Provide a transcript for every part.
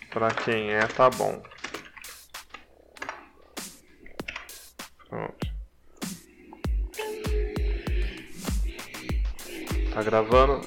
Pra quem é, tá bom. Pronto. Tá gravando?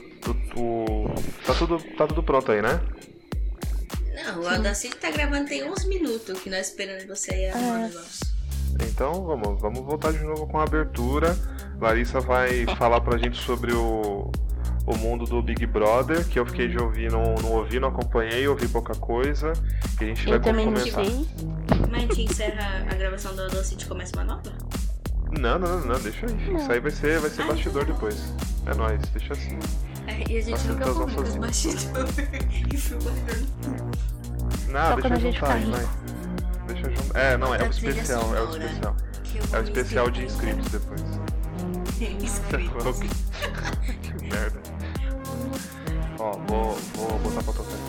Tá tudo pronto aí, né? Não, o Audacity tá gravando tem uns minutos que nós esperando você aí arrumar o negócio. Então vamos voltar de novo com a abertura. Larissa vai falar pra gente sobre o mundo do Big Brother, que eu fiquei de ouvir, não ouvi, não acompanhei, ouvi pouca coisa. E a gente vai começar. Mas a gente encerra a gravação do Audacity e começa uma nova? Não, deixa aí. Não. Isso aí vai ser bastidor depois. É nóis, deixa assim. E a gente nunca comenta os bastidores e filmando. Não, deixa juntar aí, vai. Deixa juntar. É o especial. É o especial de inscritos depois. Inscritos. Que merda. Ó, vou botar pra tocar.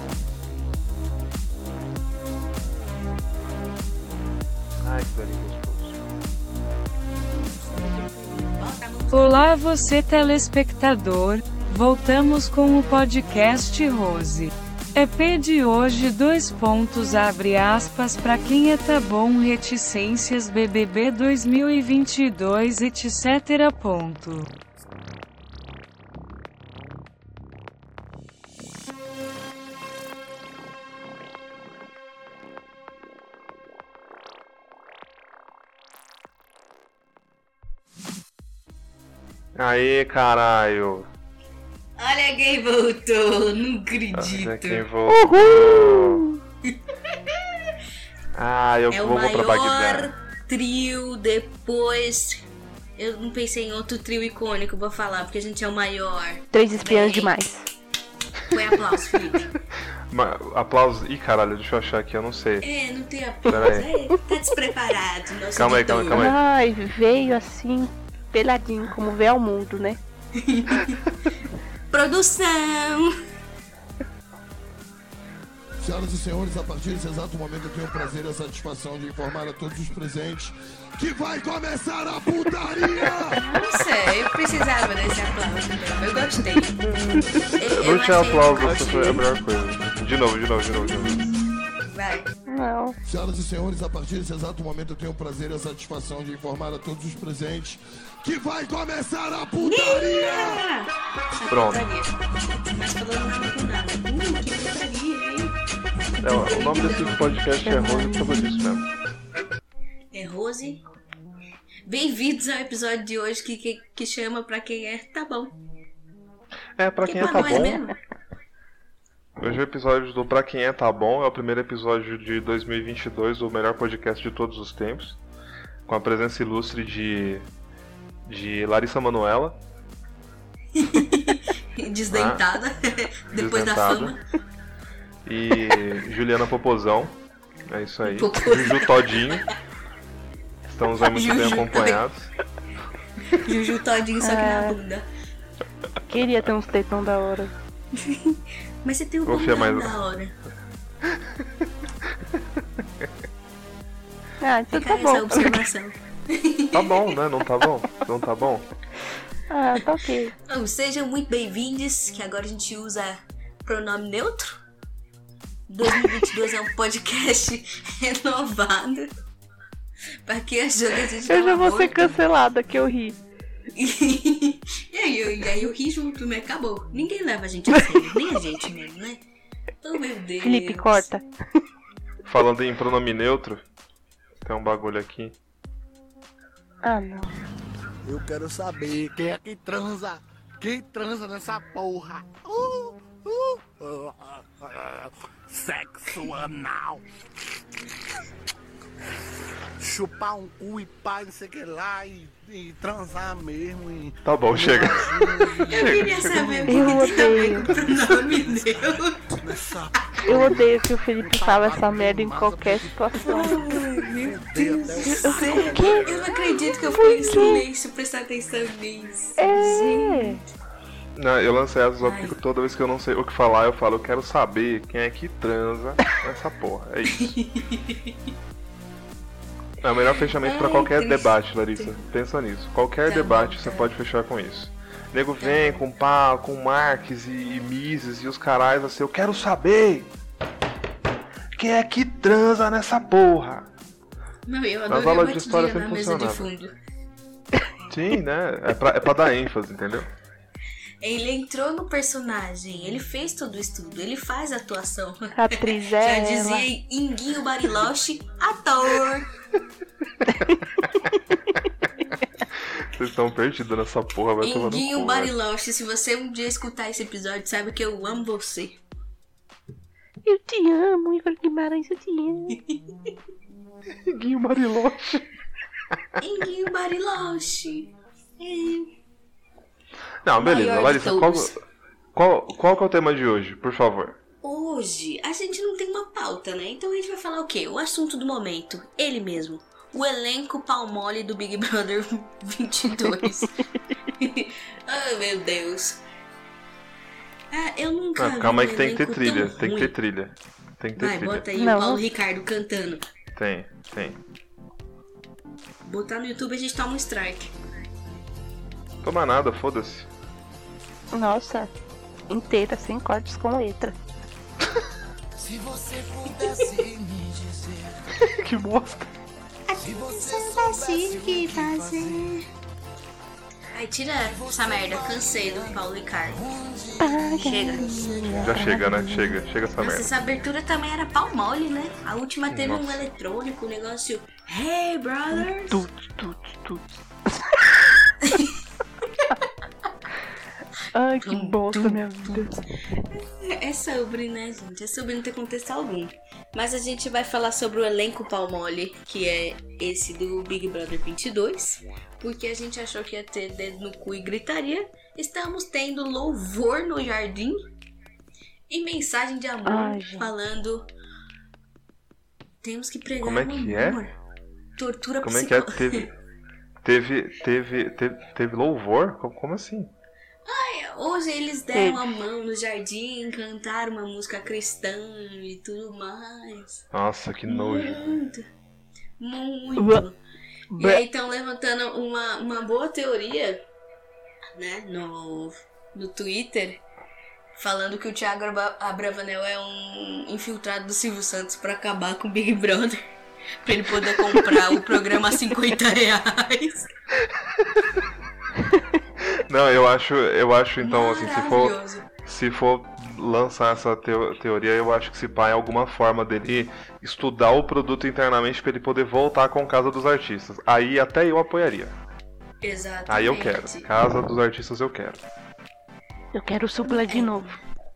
Ai, que delícia gostoso. Olá você telespectador, voltamos com o podcast Rose. EP de hoje : pra quem é tá bom, reticências BBB 2022 etc. Aê, caralho! Olha quem voltou, não acredito. Olha quem voltou. Eu vou pra Bagdá. É o maior trio depois... Eu não pensei em outro trio icônico pra falar, porque a gente é o maior. 3 espiãs demais. Foi aplauso, Felipe. Aplauso. Ih, caralho, deixa eu achar aqui, eu não sei. Não tem aplauso. Tá despreparado, nosso Calma aí. Ai, veio assim, peladinho, como vê ao mundo, né? Produção! Senhoras e senhores, a partir desse exato momento eu tenho o prazer e a satisfação de informar a todos os presentes que vai começar a putaria! Nossa, eu precisava desse aplauso, eu gostei. Eu não tinha aplauso, essa foi a melhor coisa. De novo. Vai. Não. Senhoras e senhores, a partir desse exato momento eu tenho o prazer e a satisfação de informar a todos os presentes que vai começar a putaria! Pronto. Mas falando nada com nada. Que putaria, hein? O nome desse podcast é Rose por causa disso mesmo. É Rose. Bem-vindos ao episódio de hoje que chama Pra Quem É, Tá Bom. Pra quem é, tá bom. Hoje o episódio do Pra Quem É, Tá Bom é o primeiro episódio de 2022, o melhor podcast de todos os tempos. Com a presença ilustre de Larissa Manoela. Desdentada. Depois da fama. E Juliana Popozão. É isso aí. Popozão. Juju Todinho. Estamos aí muito bem acompanhados. Juju Todinho, só que na bunda. Queria ter uns tetão da hora. Mas você tem um bunda da hora. Então fica tá bom. essa observação. Tá bom, né? Não tá bom? Não tá bom? Tá ok. Então, sejam muito bem-vindos, que agora a gente usa pronome neutro. 2022 é um podcast renovado. Pra quem achou que a gente Eu já vou morto. ser cancelada, que eu ri. E aí eu ri junto, né? Acabou. Ninguém leva a gente a sério, nem a gente mesmo, né? Oh, meu Deus. Felipe, corta. Falando em pronome neutro, tem um bagulho aqui. Não. Eu quero saber quem é que transa. Quem transa nessa porra? Sexo anal. Chupar um cu e pá, não sei o que lá, e transar mesmo. Tá bom, chega. Eu queria saber Eu odeio. Pronome neutro. Eu odeio que o Felipe fala essa merda em qualquer situação. Meu Deus. Eu não acredito que eu fui em silêncio prestar atenção nisso. Gente. Não, eu lancei as porque toda vez que eu não sei o que falar, eu falo, eu quero saber quem é que transa nessa porra. É isso. É o melhor fechamento pra qualquer debate, Larissa. Pensa nisso. Qualquer debate você pode fechar com isso. O nego vem com com Marques e Mises e os carais assim, eu quero saber quem é que transa nessa porra? Não, eu Nas adorei a aulas de história batidinha na sempre mesa de funcionava. fundo. Sim, né? É pra dar ênfase, entendeu? Ele entrou no personagem, ele fez todo o estudo, ele faz a atuação. A atriz Já é ela. dizia Inguinho Bariloche, ator. Vocês estão perdidos nessa porra, vai tomar no Inguinho cu, velho. Bariloche, se você um dia escutar esse episódio, saiba que eu amo você. Eu te amo, Igor Guimarães, eu te amo. Guinho Bariloche. Inguinho Bariloche. Não, beleza, Maior de Larissa, todos. qual que é o tema de hoje, por favor? Hoje, a gente não tem uma pauta, né? Então a gente vai falar o quê? O assunto do momento, ele mesmo. O elenco pau mole do Big Brother 22. Oh, meu Deus. Ah, eu nunca vi Calma aí um que tem que ter elenco trilha, tão tem que ruim. ter trilha. Tem que ter Vai, trilha. bota aí Não. o Paulo Ricardo cantando. Tem. Botar no YouTube a gente toma um strike. Toma nada, foda-se. Nossa, inteira, sem cortes com letra. Se você pudesse me dizer, Que bosta. se você soubesse o que fazer. Ai, tira essa merda, cansei do Paulo Ricardo. Chega. Já chega, né? Chega essa Nossa, merda. essa abertura também era pau mole, né? A última teve um Nossa. eletrônico, um negócio. Hey, brothers! Tuts. Ai, que bosta, minha vida. É sobre, né, gente? É sobre não ter contexto algum. Mas a gente vai falar sobre o elenco pau mole, que é esse do Big Brother 22. Porque a gente achou que ia ter dedo no cu e gritaria. Estamos tendo louvor no jardim e mensagem de amor Ai, gente. falando. Temos que pregar Como é no que é? amor. Tortura Como é que é? psicológica. Teve louvor? Como assim? Hoje eles deram a mão no jardim, cantaram uma música cristã e tudo mais. Nossa, que nojo. Muito. E aí estão levantando uma boa teoria, né, no Twitter, falando que o Thiago Abravanel é um infiltrado do Silvio Santos pra acabar com o Big Brother. Pra ele poder comprar o programa a R$50. Não, eu acho então, assim, Maravilhoso. se for lançar essa teoria, eu acho que se pá é alguma forma dele estudar o produto internamente pra ele poder voltar com Casa dos Artistas. Aí até eu apoiaria. Exatamente. Aí eu quero. Casa dos Artistas eu quero. Eu quero supla de novo.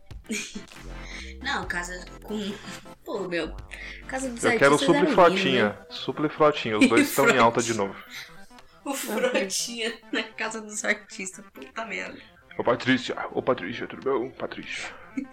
Não, casa com... Pô, meu. Casa dos Eu quero o Artistas era lindo, Suplifrotinha. né? Suplifrotinha. Os dois estão em alta de novo. O Frotinha na Casa dos Artistas. Puta merda. Ô Patrícia, tudo bom? Patrícia.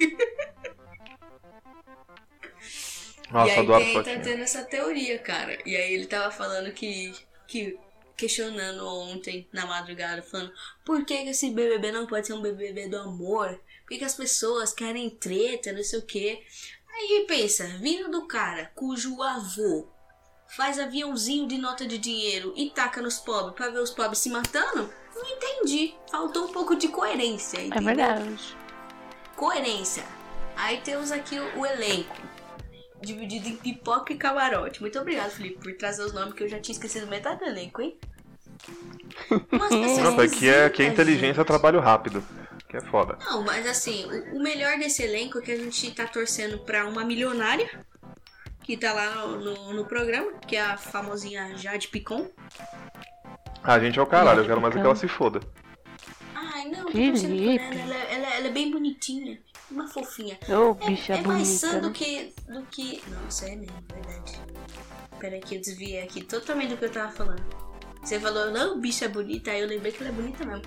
Nossa, e aí adoro tá Frotinha. tendo essa teoria, cara. E aí ele tava falando que questionando ontem, na madrugada, falando por que esse BBB não pode ser um BBB do amor? Por que as pessoas querem treta, não sei o quê? Aí pensa, vindo do cara cujo avô faz aviãozinho de nota de dinheiro e taca nos pobres pra ver os pobres se matando, não entendi. Faltou um pouco de coerência, entendeu? É verdade. Coerência. Aí temos aqui o elenco, dividido em pipoca e camarote. Muito obrigado, Felipe, por trazer os nomes que eu já tinha esquecido metade do elenco, hein? Umas pessoas Não, aqui é esquisitas, inteligência, gente. trabalho rápido. Que é foda. Não, mas assim, o melhor desse elenco é que a gente tá torcendo pra uma milionária que tá lá no programa, que é a famosinha Jade Picon. A gente é o caralho, eu quero mais é que ela se foda. Ai, não, tô Felipe. torcendo por ela. Ela é bem bonitinha. Uma fofinha. Ô, bicha É mais bonita. sã do né? que... Nossa, é mesmo, verdade. Pera aí que eu desviei aqui totalmente do que eu tava falando. Você falou, não, bicha bonita, aí eu lembrei que ela é bonita mesmo.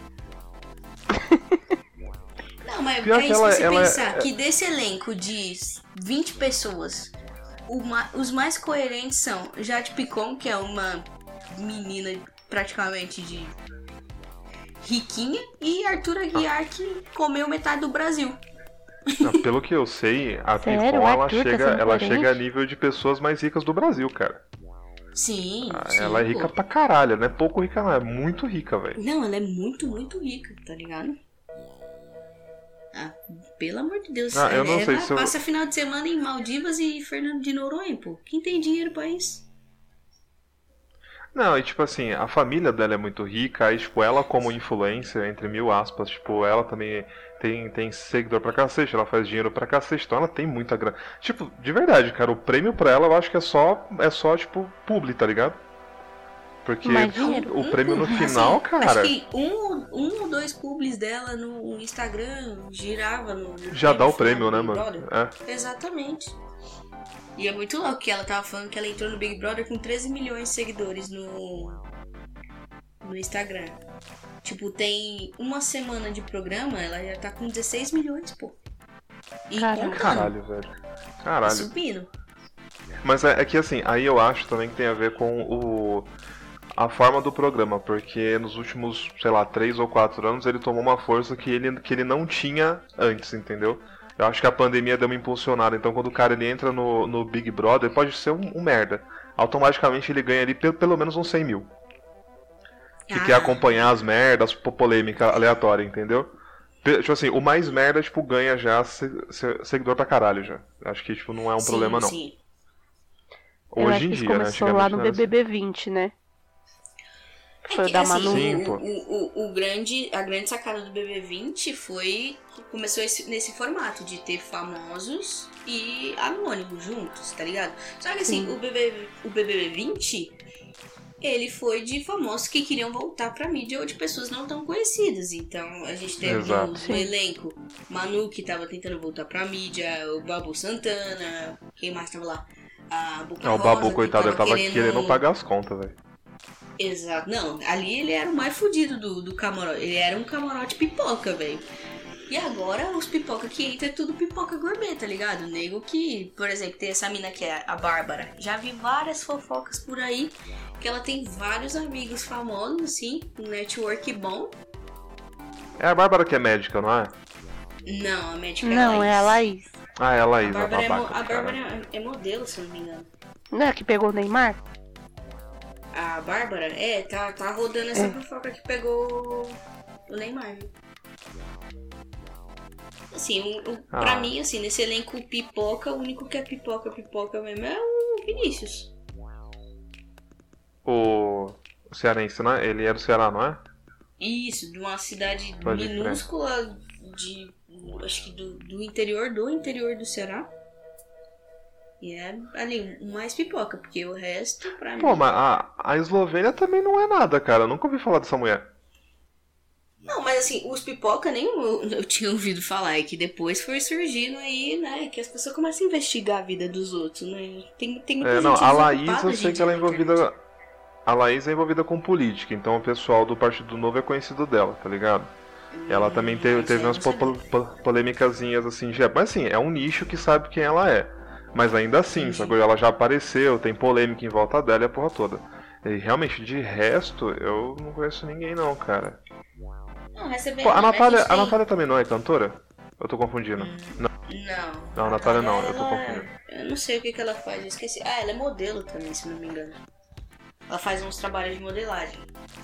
Não, mas Pior é que isso ela- você ela é- pensar que desse elenco de 20 pessoas, os mais coerentes são Jade Picon, que é uma menina praticamente de riquinha, e Arthur Aguiar, que comeu metade do Brasil. Não, pelo que eu sei, a Sério? Picon O ela Arthur tá chega, sendo ela coerente? chega a nível de pessoas mais ricas do Brasil, cara. Sim, sim, Ela é rica pô. pra caralho, não é pouco rica não, é muito rica, velho. Não, ela é muito, muito rica, tá ligado? Ah, pelo amor de Deus. Eu não sei se passa final de semana em Maldivas e Fernando de Noronha, pô. Quem tem dinheiro pra isso? Não, e tipo assim, a família dela é muito rica, aí tipo, ela como influencer, entre mil aspas, tipo, ela também tem seguidor pra cacete, ela faz dinheiro pra cacete, então ela tem muita grana. Tipo, de verdade, cara, o prêmio pra ela eu acho que é só tipo, publi, tá ligado? Porque o prêmio no final, assim, cara... Acho que um ou dois publis dela no Instagram girava no já dá o prêmio, né, mano? É. Exatamente. E é muito louco que ela tava falando que ela entrou no Big Brother com 13 milhões de seguidores no Instagram. Tipo, tem uma semana de programa, ela já tá com 16 milhões, pô. E caralho, velho. Caralho. Subindo. Mas é que assim, aí eu acho também que tem a ver com a forma do programa, porque nos últimos, sei lá, 3 ou 4 anos ele tomou uma força que ele não tinha antes, entendeu? Eu acho que a pandemia deu uma impulsionada, então quando o cara ele entra no Big Brother, pode ser um merda. Automaticamente ele ganha ali pelo menos uns 100 mil. Que quer acompanhar as merdas, polêmica aleatória, entendeu? Tipo assim, o mais merda, tipo, ganha já seguidor pra caralho já. Acho que, tipo, não é um problema, não. Sim. Hoje em dia, né? Começou lá no BBB 20, né? Foi da Manu. Assim, a grande sacada do BBB 20 começou nesse formato de ter famosos e anônimos juntos, tá ligado? Só que assim, o BBB 20, ele foi de famosos que queriam voltar pra mídia ou de pessoas não tão conhecidas. Então a gente teve no elenco Manu, que tava tentando voltar pra mídia, o Babu Santana, quem mais tava lá? A Boca o Babu, coitado, ele tava querendo pagar as contas, velho. Exato. Não, ali ele era o mais fudido do camarote. Ele era um camarote pipoca, velho. E agora os pipoca que entra é tudo pipoca gourmet, tá ligado? O nego que, por exemplo, tem essa mina que é a Bárbara. Já vi várias fofocas por aí que ela tem vários amigos famosos, assim, um network bom. É a Bárbara que é médica, não é? Não, a médica é a Laís. Ah, é a Laís, a Bárbara é modelo, se eu não me engano. Não é a que pegou o Neymar? A Bárbara, tá rodando essa fofoca que pegou o Neymar, viu? Assim, pra mim, assim, nesse elenco pipoca, o único que é pipoca mesmo é o Vinícius. O cearense, não é? Ele é do Ceará, não é? Isso, de uma cidade minúscula acho que do interior do Ceará. E é ali, mais pipoca, porque o resto, pra mim... Pô, mas a Eslovênia também não é nada, cara. Eu nunca ouvi falar dessa mulher. Não, mas assim, os pipoca nem eu tinha ouvido falar. É que depois foi surgindo aí, né? Que as pessoas começam a investigar a vida dos outros, né? Tem muita gente a Laís, eu sei que ela é envolvida... A Laís é envolvida com política, então o pessoal do Partido Novo é conhecido dela, tá ligado? Ela também teve umas polêmicazinhas assim, mas assim, é um nicho que sabe quem ela é. Mas ainda assim, ela já apareceu, tem polêmica em volta dela e a porra toda. E realmente, de resto, eu não conheço ninguém não, cara. Não, recebendo, pô, a Natália também não é cantora? Eu tô confundindo. Não, a Natália não, eu tô confundindo. Eu não sei o que ela faz, eu esqueci. Ah, ela é modelo também, se não me engano. Ela faz uns trabalhos de modelagem.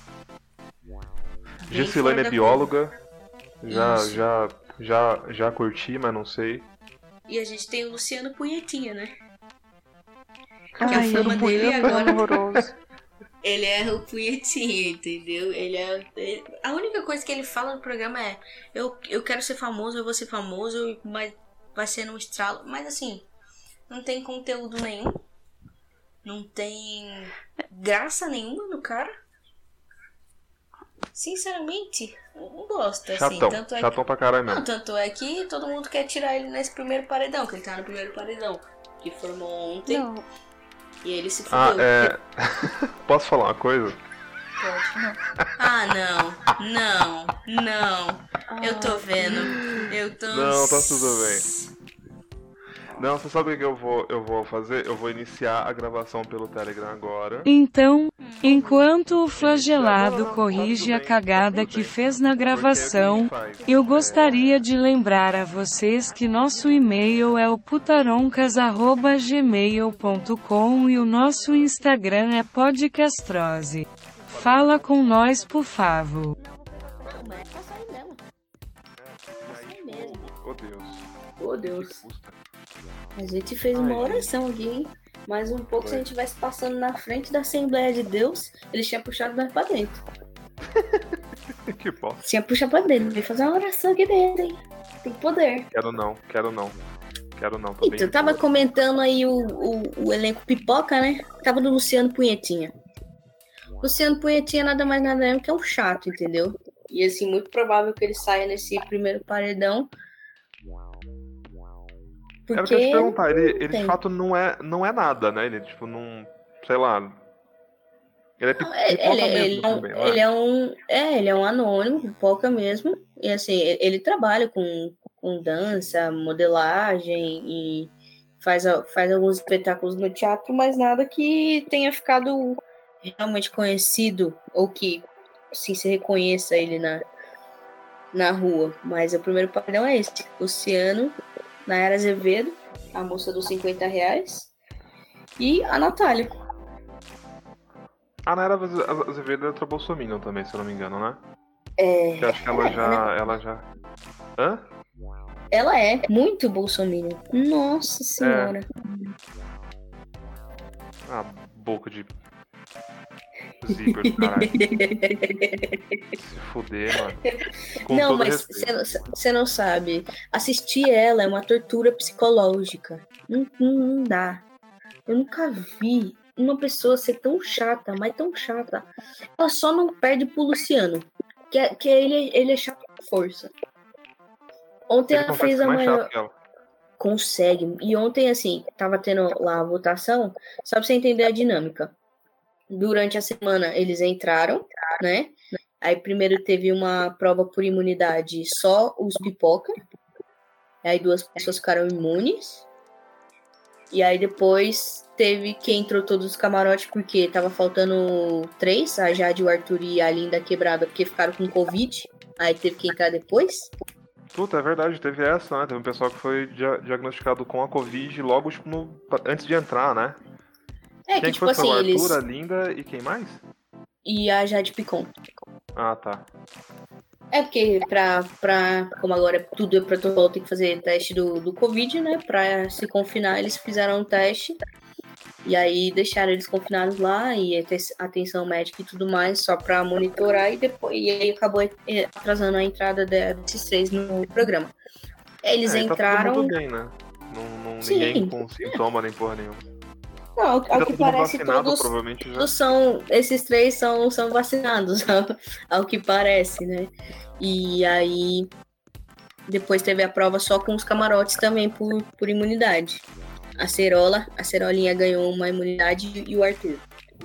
Gessilane é bióloga. Já curti, mas não sei. E a gente tem o Luciano Punhetinha, né? Que a fama dele agora... horroroso. Ele é o Punhetinha, entendeu? A única coisa que ele fala no programa é: eu quero ser famoso, eu vou ser famoso, mas vai ser num estralo. Mas assim, não tem conteúdo nenhum. Não tem graça nenhuma no cara. Sinceramente, não gosto, assim. Chatão pra caralho mesmo. Não, tanto é que todo mundo quer tirar ele nesse primeiro paredão, que ele tá no primeiro paredão, que formou ontem. Não. E ele se fudeu. Posso falar uma coisa? Pode. Não. Eu tô vendo. Não, tá tudo bem. Não, você sabe o que eu vou fazer? Eu vou iniciar a gravação pelo Telegram agora. Então, enquanto o flagelado corrige a cagada que fez na gravação, eu gostaria de lembrar a vocês que nosso e-mail é o putaroncas@gmail.com e o nosso Instagram é podcastrose. Fala com nós, por favor. Não, mas é pra sair mesmo. Pra sair mesmo. Oh, Deus. Oh, Deus. Custa. A gente fez uma oração aqui, hein? Mais um pouco, se a gente estivesse passando na frente da Assembleia de Deus, eles tinham puxado nós pra dentro. Que bom. Tinha puxado pra dentro. Veio fazer uma oração aqui dentro, hein? Tem poder. Quero não. Então, eu tava comentando aí o elenco pipoca, né? Tava do Luciano Punhetinha. Luciano Punhetinha nada mais nada menos que é um chato, entendeu? E assim, muito provável que ele saia nesse primeiro paredão. Porque era o que eu ia te perguntar, ele de fato não é nada, né? Ele tipo não. Sei lá. Ele é pipoca mesmo também, não é? Ele é um anônimo, pipoca mesmo. E assim, ele trabalha com dança, modelagem e faz alguns espetáculos no teatro, mas nada que tenha ficado realmente conhecido ou que assim, se reconheça ele na rua. Mas o primeiro paredão é esse: Luciano, Nayara Azevedo, a moça dos R$50, e a Natália. A Nayara Azevedo é outra bolsominion também, se eu não me engano, né? Eu acho que ela já... Hã? Ela é muito bolsominion. Nossa senhora. Boca de zíper do caralho. Se fuder, mano. Não, mas você não sabe. Assistir ela é uma tortura psicológica. Não dá. Eu nunca vi uma pessoa ser tão chata, mas tão chata. Ela só não perde pro Luciano. Que ele é chato com força. Ontem ela fez a maior... Consegue. E ontem, assim, tava tendo lá a votação, só pra você entender a dinâmica. Durante a semana, eles entraram, né? Aí primeiro teve uma prova por imunidade, só os pipoca. Aí 2 pessoas ficaram imunes. E aí depois teve quem entrou todos os camarotes, porque tava faltando 3, a Jade, o Arthur e a Linda Quebrada, porque ficaram com Covid. Aí teve que entrar depois. Puta, é verdade, teve essa, né? Teve um pessoal que foi diagnosticado com a Covid logo, tipo, antes de entrar, né? Quem tipo foi? assim, Foi o Arthur, eles... a Linda e quem mais? E a Jade Picon. Ah, tá. É porque como agora tudo é protocolo, tem que fazer teste do Covid, né? Pra se confinar, eles fizeram um teste. E aí deixaram eles confinados lá e atenção médica e tudo mais, só pra monitorar, e aí acabou atrasando a entrada desses 3 no programa. Eles entraram... Tá todo mundo bem, né? Ninguém com sintoma nem porra nenhuma. Não, ao que parece todos provavelmente já. Esses 3 são vacinados, ao que parece, né? E aí depois teve a prova só com os camarotes também por imunidade. A Cerolinha ganhou uma imunidade e o Arthur.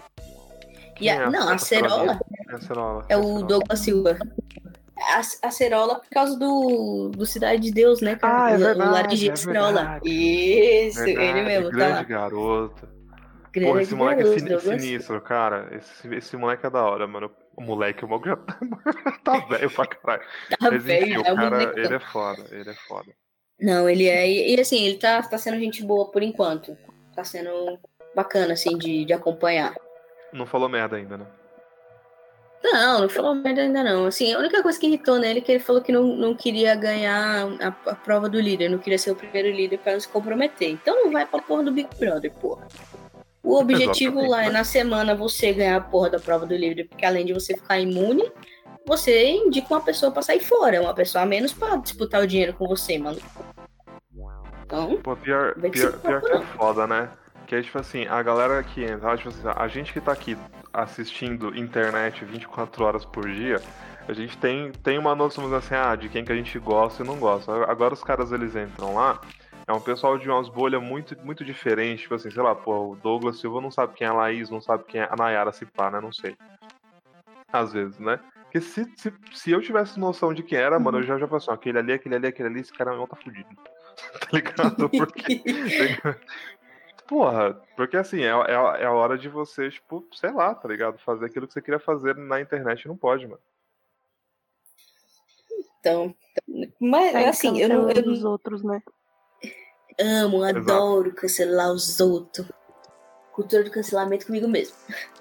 A Cerola é o Douglas Silva. A Cerola por causa do Cidade de Deus, né, cara? É verdade, o Laranjinha Cerola. Isso, verdade, ele mesmo, grande tá lá. Garoto. Grande Porra, esse moleque garoto, é sinistro, cara. Esse moleque é da hora, mano. O moleque já tá velho pra caralho. Mas enfim, o cara, ele é foda. Não, ele é... E assim, ele tá sendo gente boa por enquanto. Tá sendo bacana, assim, de acompanhar. Não falou merda ainda, né? Não falou merda ainda não. Assim, a única coisa que irritou nele é que ele falou que não queria ganhar a prova do líder. Não queria ser o primeiro líder pra não se comprometer. Então não vai pra porra do Big Brother, porra. O objetivo lá é na semana você ganhar a porra da prova do líder, porque além de você ficar imune, você indica uma pessoa pra sair fora. Uma pessoa a menos pra disputar o dinheiro com você, mano. Então, pô, pior que é foda, né? Que é tipo assim, a galera que entra, tipo assim, a gente que tá aqui assistindo internet 24 horas por dia, a gente tem uma noção assim, de quem que a gente gosta e não gosta. Agora os caras, eles entram lá, é um pessoal de umas bolhas muito, muito diferentes, tipo assim, sei lá, pô, o Douglas Silva não sabe quem é a Laís, não sabe quem é a Nayara, se pá, né, não sei. Às vezes, né? Porque se eu tivesse noção de quem era, mano, eu já pensava assim, aquele ali, esse cara não tá fudido. Tá ligado? Porque... Porra, porque assim, é a hora de você, tipo, sei lá, tá ligado? Fazer aquilo que você queria fazer na internet não pode, mano. Então, mas assim, eu não... dos outros, né? Adoro cancelar os outros. Cultura do cancelamento comigo mesmo.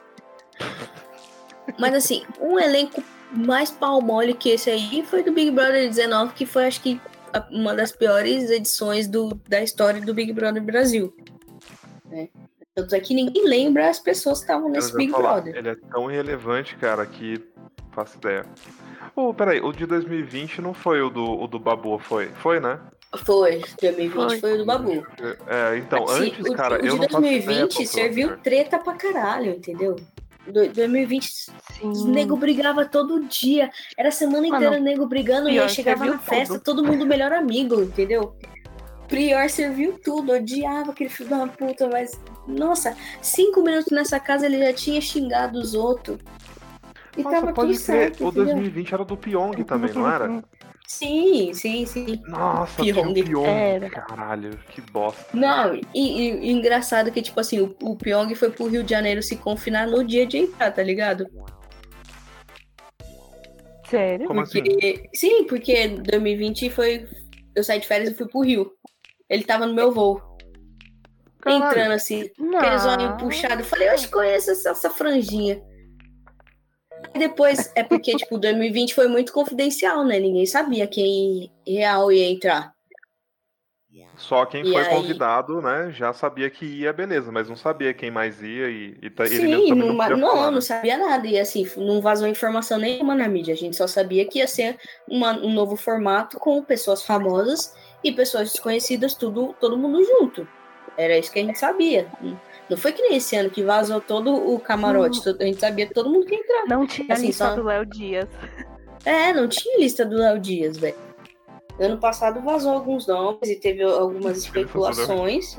Mas assim, um elenco mais pau mole que esse aí foi do Big Brother 19, que foi, acho que uma das piores edições da história do Big Brother Brasil. Né? Tanto é que ninguém lembra as pessoas que estavam nesse Big Brother. Ele é tão irrelevante, cara, que faço ideia. Peraí, o de 2020 não foi o do Babu, foi? Foi, né? Foi, 2020 foi o do Babu. Então, assim, antes, cara, eu não faço ideia. O de 2020 serviu treta pra caralho, entendeu? 2020, os nego brigava todo dia. Era a semana inteira o nego brigando, e aí chegava na festa, todo mundo melhor amigo, entendeu? Prior serviu tudo, odiava aquele filho da puta, mas, nossa, 5 minutos nessa casa ele já tinha xingado os outros. E nossa, tava tudo certo. O 2020 era do Pyong também, não era? Sim. Nossa, Pyong. Caralho, que bosta. Não, e engraçado que, tipo assim, o Pyong foi pro Rio de Janeiro se confinar no dia de entrar, tá ligado? Sério? Como assim? Sim, porque 2020 foi... Eu saí de férias e fui pro Rio. Ele tava no meu voo. Caralho. Entrando assim, aqueles olhinhos puxados. Eu falei, eu te conheço essa franjinha. E depois, é porque, tipo, 2020 foi muito confidencial, né? Ninguém sabia quem real ia entrar. Só quem foi convidado, né, já sabia que ia, beleza, mas não sabia quem mais ia Sim, ele mesmo não sabia nada. E assim, não vazou informação nenhuma na mídia. A gente só sabia que ia ser um novo formato com pessoas famosas e pessoas desconhecidas, todo mundo junto. Era isso que a gente sabia. Não foi que nem esse ano que vazou todo o camarote. A gente sabia que todo mundo que ia entrar. Não tinha assim, lista do Léo Dias. Não tinha lista do Léo Dias, velho. Ano passado vazou alguns nomes e teve algumas especulações.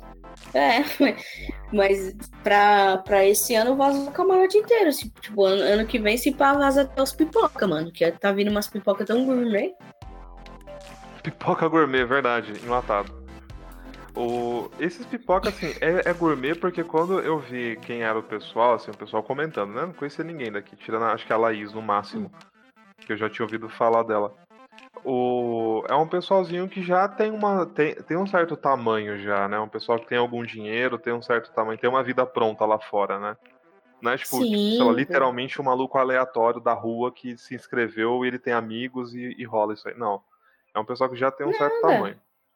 Mas pra esse ano vazou o camarote inteiro. Tipo, ano que vem se pá, vaza até os pipoca, mano. Que tá vindo umas pipoca tão gourmet. Pipoca gourmet, verdade, enlatado. Esses pipoca, assim, é gourmet porque quando eu vi quem era o pessoal, assim, o pessoal comentando, né? Não conhecia ninguém daqui, tirando acho que a Laís no máximo, que eu já tinha ouvido falar dela. É um pessoalzinho que já tem um certo tamanho já, né? Um pessoal que tem algum dinheiro, tem um certo tamanho, tem uma vida pronta lá fora, né? Não é tipo, sei lá, literalmente um maluco aleatório da rua que se inscreveu e ele tem amigos e rola isso aí. Não. É um pessoal que já tem um certo tamanho.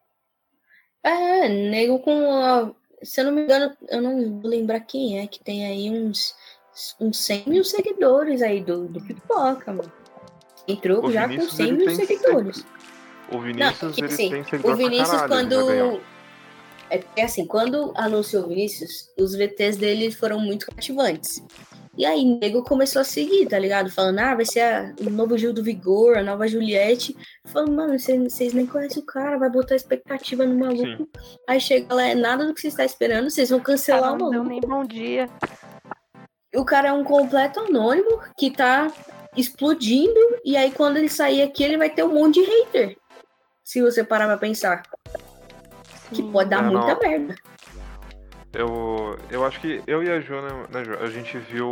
Nego com... Se eu não me engano, eu não vou lembrar quem é, que tem aí uns 100 mil seguidores aí do Pipoca, mano. Entrou já com 100 mil seguidores. O Vinícius, ele assim, tem seguidor o Vinícius, pra caralho, É assim, quando anunciou o Vinícius, os VTs dele foram muito cativantes. E aí, o nego começou a seguir, tá ligado? Falando, vai ser o novo Gil do Vigor, a nova Juliette. Falando, mano, vocês nem conhecem o cara, vai botar expectativa no maluco. Sim. Aí chega lá, é nada do que você está esperando, vocês vão cancelar o maluco. Não deu nem bom dia. O cara é um completo anônimo que tá explodindo, e aí quando ele sair aqui, ele vai ter um monte de hater. Se você parar pra pensar. Sim. Que pode dar muita merda. Eu acho que eu e a Ju, né, Ju, a gente viu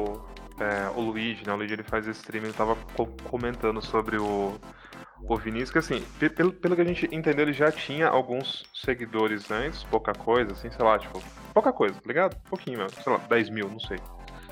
o Luigi, né? O Luigi, ele faz stream, ele tava comentando sobre o Vinícius, que assim, pelo que a gente entendeu, ele já tinha alguns seguidores antes, pouca coisa, assim, sei lá, tipo, pouca coisa, tá ligado? Pouquinho mesmo, sei lá, 10 mil, não sei.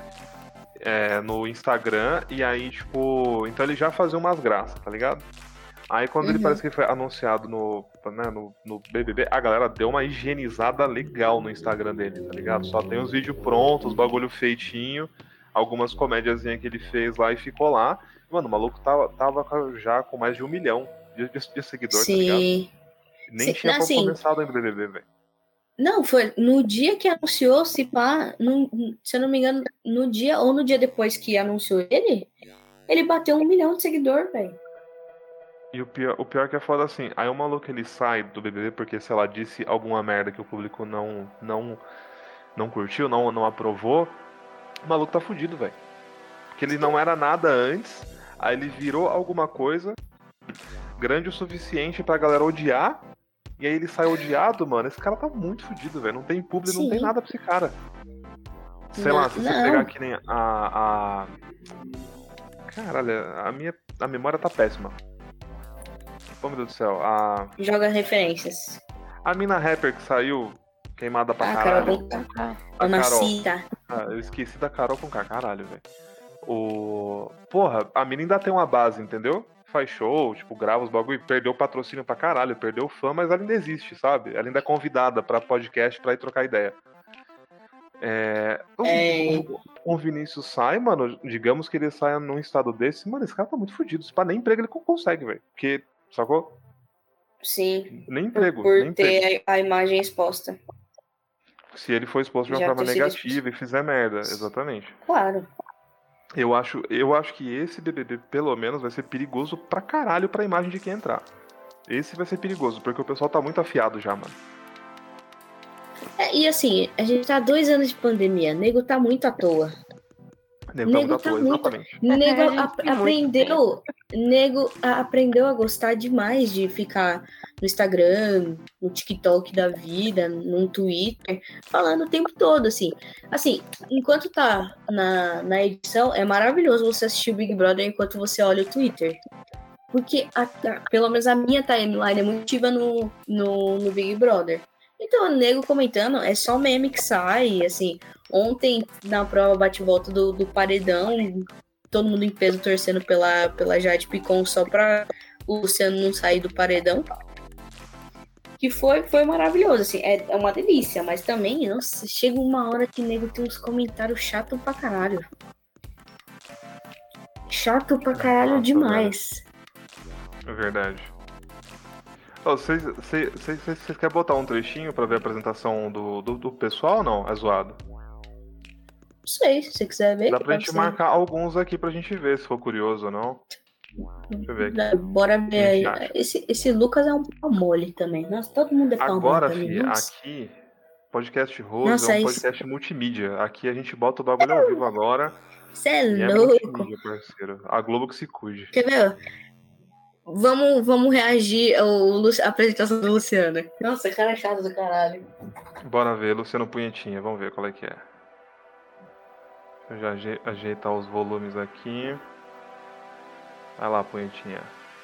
No Instagram, e aí, tipo, então ele já fazia umas graças, tá ligado? Aí quando ele parece que foi anunciado no BBB, a galera deu uma higienizada legal no Instagram dele, tá ligado? Só tem os vídeos prontos, os bagulho feitinho, algumas comédiazinhas que ele fez lá e ficou lá. Mano, o maluco tava já com mais de 1 milhão de seguidores, tá ligado? Nem tinha começado ainda o BBB, velho. Não, foi no dia que anunciou, se pá, se eu não me engano, no dia ou no dia depois que anunciou ele bateu 1 milhão de seguidor, velho. E o pior que é foda assim, aí o maluco ele sai do BBB porque, sei lá, disse alguma merda que o público não curtiu, não aprovou, o maluco tá fudido, velho. Porque ele não era nada antes, aí ele virou alguma coisa grande o suficiente pra galera odiar, e aí ele sai odiado, mano, esse cara tá muito fudido, velho. Não tem público, não tem nada pra esse cara. Sei lá, se você pegar que nem Caralho, a memória tá péssima. Oh, meu Deus do céu, Joga referências. A mina rapper que saiu queimada pra caralho. Eu esqueci da Carol com K, caralho, velho. Porra, a mina ainda tem uma base, entendeu? faz show, tipo, grava os bagulho, perdeu patrocínio pra caralho, perdeu fã, mas ela ainda existe, sabe? Ela ainda é convidada pra podcast pra ir trocar ideia. O Vinícius sai, mano, digamos que ele saia num estado desse, mano, esse cara tá muito fudido. Se pá, nem emprego ele consegue, velho. Porque, sacou? Sim. Nem emprego. Por nem ter emprego. a imagem exposta. Se ele for exposto de uma Já forma ter sido negativa e fizer merda, exatamente. Claro. Eu acho que esse BBB, pelo menos, vai ser perigoso pra caralho pra imagem de quem entrar. Esse vai ser perigoso, porque o pessoal tá muito afiado já, mano. E assim, a gente tá 2 anos de pandemia, nego tá muito à toa. Nego tá muito. Exatamente. Nego aprendeu a gostar demais de ficar no Instagram, no TikTok da vida, no Twitter, falando o tempo todo, assim. Assim, enquanto tá na edição, é maravilhoso você assistir o Big Brother enquanto você olha o Twitter. Porque, pelo menos a minha timeline é muito ativa no Big Brother. Então, o nego comentando, é só meme que sai, assim. Ontem, na prova bate-volta do paredão, todo mundo em peso torcendo pela Jade Picon só pra o Luciano não sair do paredão. Que foi maravilhoso, assim. É uma delícia, mas também, nossa, chega uma hora que o nego tem uns comentários chatos pra caralho. Chato pra caralho demais. É verdade. Vocês querem botar um trechinho pra ver a apresentação do pessoal ou não? É zoado? Não sei, se você quiser ver. Dá pra gente marcar alguns aqui pra gente ver, se for curioso ou não. Deixa eu ver aqui. Bora ver aí. Esse Lucas é um pau mole também. Nossa, todo mundo é pau mole. Agora, também. filho, Nossa. aqui, Podcast Rose é um podcast multimídia. Aqui a gente bota o bagulho ao vivo agora. Você é e louco. É multimídia, parceiro. A Globo que se cuide. Quer ver? Vamos reagir à apresentação do Luciano. Nossa, cara é chato do caralho. Bora ver, Luciano Punhetinha. Vamos ver qual é que é. Deixa eu já ajeitar os volumes aqui. Vai lá, Punhetinha.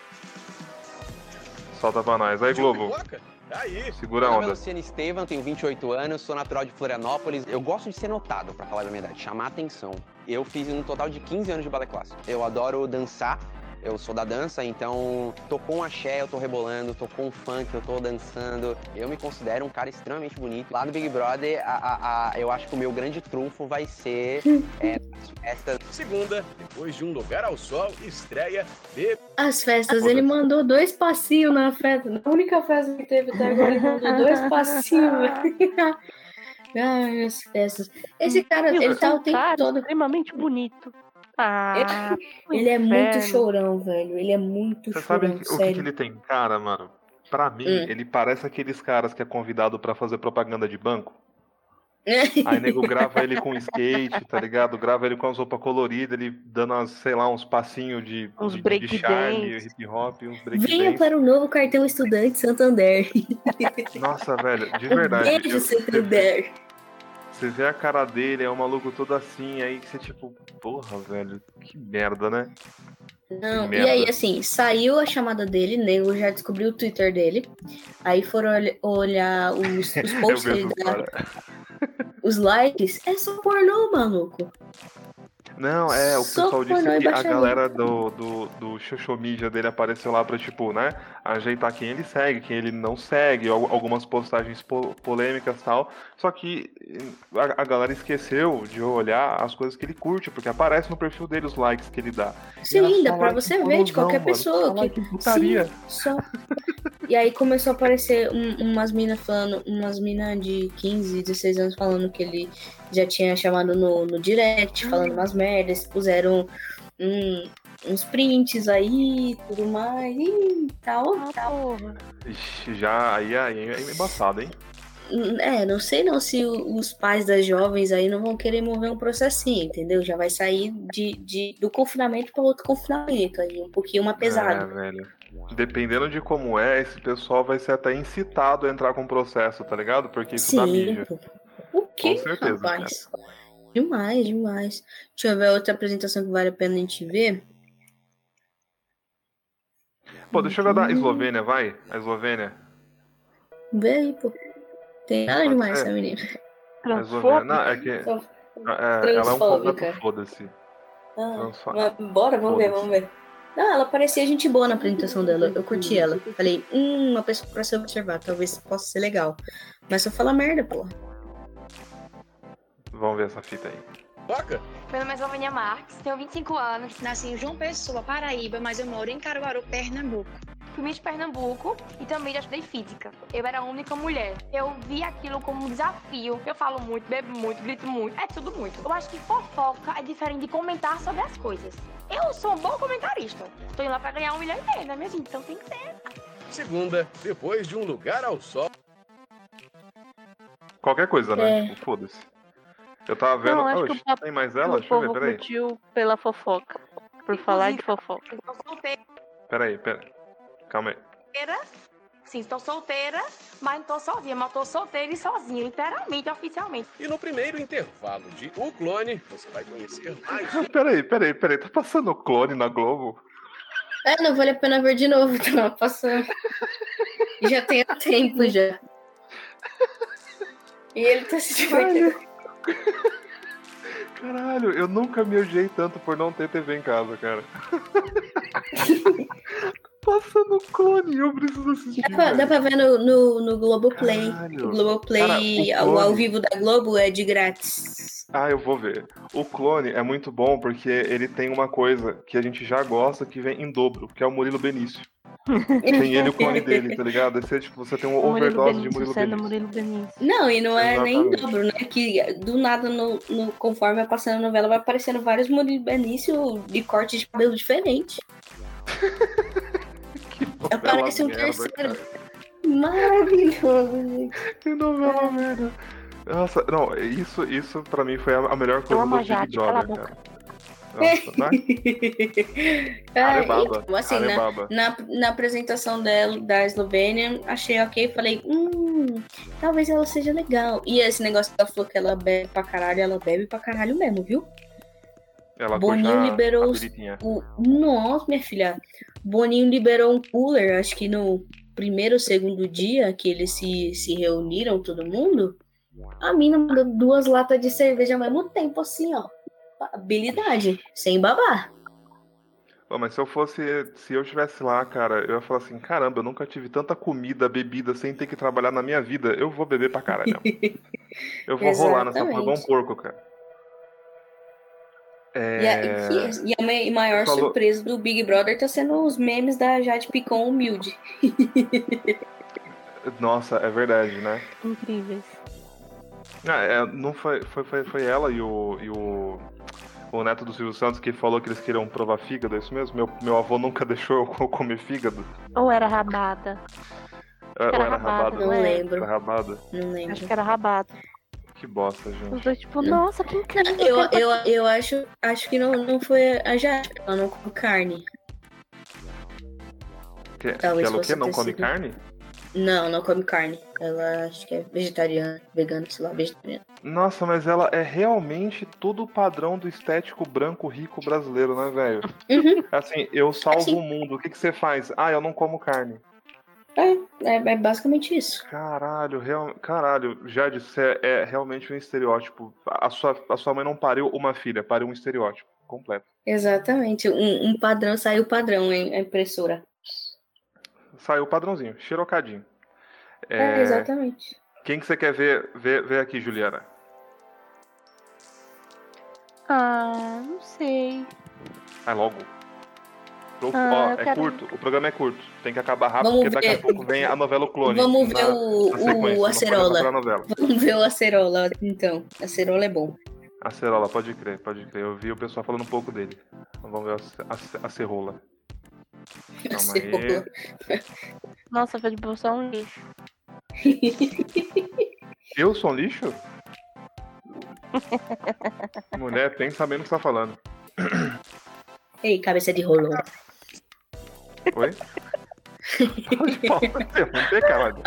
Solta pra nós. Aí, Globo. Segura a Meu nome é onda. Luciano Estevam, tenho 28 anos, sou natural de Florianópolis. Eu gosto de ser notado, pra falar a verdade, chamar atenção. Eu fiz um total de 15 anos de balé clássico. Eu adoro dançar. Eu sou da dança, então tocou um axé, eu tô rebolando, tocou um funk, eu tô dançando. Eu me considero um cara extremamente bonito. Lá no Big Brother, eu acho que o meu grande trunfo vai ser as festas. Segunda, depois de Um Lugar ao Sol, estreia As festas, ele mandou 2 passinhos na festa. Na única festa que teve até agora, ele mandou 2 passinhos. Ai, as festas. Esse cara, ele tá o tempo todo extremamente bonito. Ele é muito chorão, velho. Ele é muito Você chorão, sabe o que ele tem cara, mano? Pra mim, ele parece aqueles caras que é convidado pra fazer propaganda de banco. Aí nego grava ele com skate, tá ligado? Grava ele com as roupas coloridas, ele dando, sei lá, uns passinhos de charme, hip hop, uns break Venha dance. para o novo cartão estudante Santander. Nossa, velho, de verdade. Beijo, Santander. Você vê a cara dele, é um maluco todo assim, aí você tipo, porra, velho, que merda, né? Não, e aí, assim, saiu a chamada dele, nego já descobriu o Twitter dele. Aí foram olhar os posts dele, os likes. É só pornô, maluco. Não, o pessoal disse que a galera do social media dele apareceu lá pra, tipo, né, ajeitar quem ele segue, quem ele não segue, algumas postagens polêmicas e tal. Só que a galera esqueceu de olhar as coisas que ele curte, porque aparece no perfil dele os likes que ele dá. Sim, dá pra você ver de qualquer pessoa. Que putaria. Sim, só. E aí começou a aparecer umas minas falando, umas minas de 15, 16 anos falando que ele já tinha chamado no direct, falando umas merdas, puseram uns prints aí, tudo mais, e tal. Ixi, já aí é embaçado, hein? Não sei não se os pais das jovens aí não vão querer mover um processinho, entendeu? Já vai sair do confinamento para outro confinamento aí, um pouquinho mais pesado. Velho. Dependendo de como esse pessoal vai ser até incitado a entrar com processo, tá ligado? Porque isso dá mídia. O quê, com certeza, rapaz? Cara. Demais. Deixa eu ver outra apresentação que vale a pena a gente ver. Pô, deixa eu ver da Eslovênia, vai? A Eslovênia. Vê aí, pô. Tem nada demais essa menina. A Eslovênia. Não, é que ela é um completo foda-se. Bora, vamos ver. Não, ela parecia gente boa na apresentação dela. Eu curti ela. Falei, uma pessoa pra se observar. Talvez possa ser legal. Mas só fala merda, porra. Vamos ver essa fita aí. Toca! Meu nome é Eslovênia Marques, tenho 25 anos. Nasci em João Pessoa, Paraíba, mas eu moro em Caruaru, Pernambuco. Fui Miss Pernambuco e também já estudei física. Eu era a única mulher. Eu vi aquilo como um desafio. Eu falo muito, bebo muito, grito muito. É tudo muito. Eu acho que fofoca é diferente de comentar sobre as coisas. Eu sou um bom comentarista. Tô indo lá pra ganhar 1,5 milhão, né, minha gente? Então tem que ser. Segunda, depois de Um Lugar ao Sol. Qualquer coisa, né? Tipo, foda-se. Eu tava vendo... Não, acho que o papo tem mais ela? o Deixa eu ver, povo peraí. curtiu pela fofoca. Por falar de fofoca. Estou solteira. Peraí. Calma aí. Sim, estou solteira, mas não tô sozinha. Mas tô solteira e sozinha, literalmente, oficialmente. E no primeiro intervalo de O Clone, você vai conhecer mais Peraí. Tá passando o Clone na Globo? Não vale a pena ver de novo. Tá passando. Já tem tempo, já. E ele tá se divertindo. Caralho, eu nunca me odiei tanto por não ter TV em casa, cara. Passando Clone, eu preciso assistir. Dá pra ver no Globoplay. Caralho. O Globoplay, Cara, o ao vivo da Globo é de grátis. Eu vou ver. O Clone é muito bom porque ele tem uma coisa que a gente já gosta que vem em dobro, que é o Murilo Benício. Tem ele e o clone dele, tá ligado? Esse é, tipo, você tem uma overdose de Murilo Benício. Não, e não é nem em Exatamente. dobro, né? Que do nada, conforme vai passando a novela, vai aparecendo vários Murilo Benício de corte de cabelo diferente. Aparece um terceiro. Cara. Maravilhoso, gente. Que novela merda. Nossa, não, isso pra mim foi a melhor coisa do Big Brother, cara. Nossa, né? Então, assim, na apresentação da Eslovênia, achei ok, falei, talvez ela seja legal. E esse negócio que ela falou que ela bebe pra caralho mesmo, viu? Ela Boninho liberou Nossa, minha filha. Boninho liberou um cooler, acho que no primeiro ou segundo dia que eles se reuniram, todo mundo. A mina mandou 2 latas de cerveja ao mesmo tempo, assim, ó. Habilidade, sem babar. Mas se eu estivesse lá, cara, eu ia falar assim, caramba, eu nunca tive tanta comida, bebida, sem ter que trabalhar na minha vida. Eu vou beber pra caralho. Eu vou rolar nessa porra igual um porco, cara. E a maior surpresa do Big Brother tá sendo os memes da Jade Picon humilde. Nossa, é verdade, né? Incríveis. Não foi ela e o neto do Silvio Santos que falou que eles queriam provar fígado, é isso mesmo? Meu avô nunca deixou eu comer fígado. Ou era rabada? Era rabada? Não lembro. Era rabada? Não lembro. Acho que era rabada. Que bosta, gente. Os dois, tipo, nossa, que incrível. Eu acho que não foi a Jade, ela não come carne. Ela o quê? Não come carne? Não come carne. Ela acho que é vegetariana, vegana, sei lá, vegetariana. Nossa, mas ela é realmente todo o padrão do estético branco rico brasileiro, né, velho? Uhum. Assim, eu salvo o mundo. O que você faz? Eu não como carne. É basicamente isso. Caralho, Jade, você é realmente um estereótipo. A sua mãe não pariu uma filha, pariu um estereótipo completo. Exatamente, um padrão, saiu padrão, hein, a impressora. Saiu padrãozinho, xerocadinho. Exatamente. Quem que você quer ver aqui, Juliana? Não sei. Logo. Curto, o programa é curto. Tem que acabar rápido, Vamos porque daqui a pouco vem a novela O Clone. Vamos ver o Acerola. Vamos ver o Acerola, então. Acerola é bom. Acerola, pode crer. Eu vi o pessoal falando um pouco dele. Então vamos ver a Cerola. Calma aí. Nossa, Felipe, você é um lixo. Eu sou um lixo? Mulher, pensa sabendo o que você tá falando. Ei, cabeça de rolo. Oi? Interromper, caralho.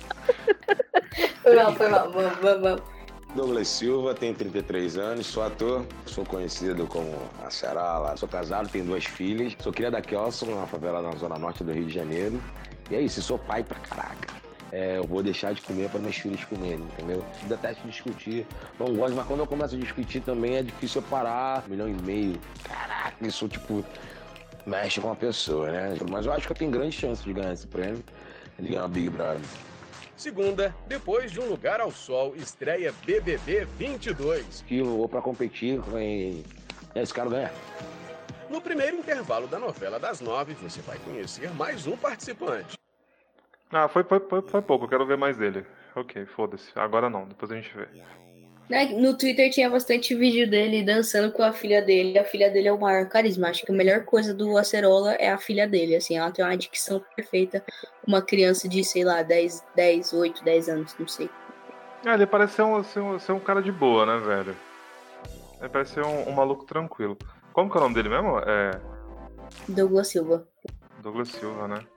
Foi mal. Vamos. Douglas Silva, tenho 33 anos, sou ator, sou conhecido como a Cerala, sou casado, tenho 2 filhas, sou cria da Kelson, uma favela na zona norte do Rio de Janeiro. E é isso, sou pai pra caraca. Eu vou deixar de comer para meus filhos comerem, entendeu? Detesto discutir, não gosto, mas quando eu começo a discutir também é difícil eu parar. 1,5 milhão. Caraca, isso tipo... mexe com a pessoa, né? Mas eu acho que eu tenho grande chance de ganhar esse prêmio e de ganhar o Big Brother. Segunda, depois de Um Lugar ao Sol, estreia BBB 22. Que eu vou pra competir e esse cara ganhar. No primeiro intervalo da novela das 9, você vai conhecer mais um participante. Ah, foi pouco, eu quero ver mais dele. Ok, foda-se. Agora não, depois a gente vê. No Twitter tinha bastante vídeo dele dançando com a filha dele. A filha dele é o maior carisma. Acho que a melhor coisa do Acerola é a filha dele. Assim, ela tem uma dicção perfeita. Uma criança de, sei lá, 8, 10 anos, não sei. Ele parece ser um cara de boa, né, velho? Ele parece ser um maluco tranquilo. Como que é o nome dele mesmo? Douglas Silva. Douglas Silva, né?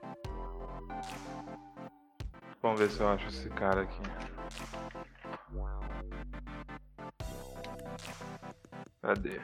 Vamos ver se eu acho esse cara aqui. Cadê?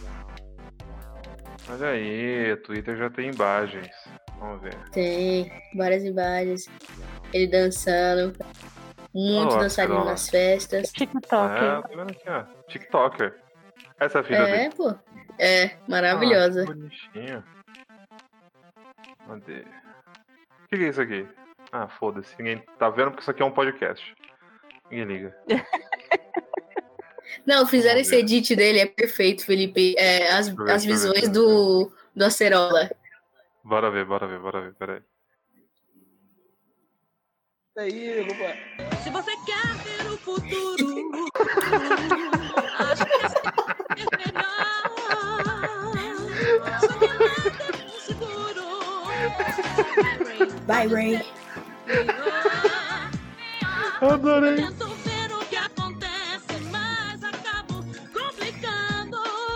Olha aí, Twitter já tem imagens. Vamos ver. Tem várias imagens. Ele dançando. Muito dançarino nas festas. TikToker. Tá vendo aqui, ó. TikToker. Essa é a filha dele. Pô. É, maravilhosa. Que bonitinha. Cadê? O que é isso aqui? Ah, foda-se. Ninguém tá vendo porque isso aqui é um podcast. Ninguém liga. Não, fizeram esse edit dele, é perfeito, Felipe. As visões do Acerola. Bora ver, peraí. Aí, Luba. Se você quer ver o futuro, acho que é melhor. Só que nada é seguro. Bye, Ray. Adorei. Tento ver o que acontece, mas acabo complicando.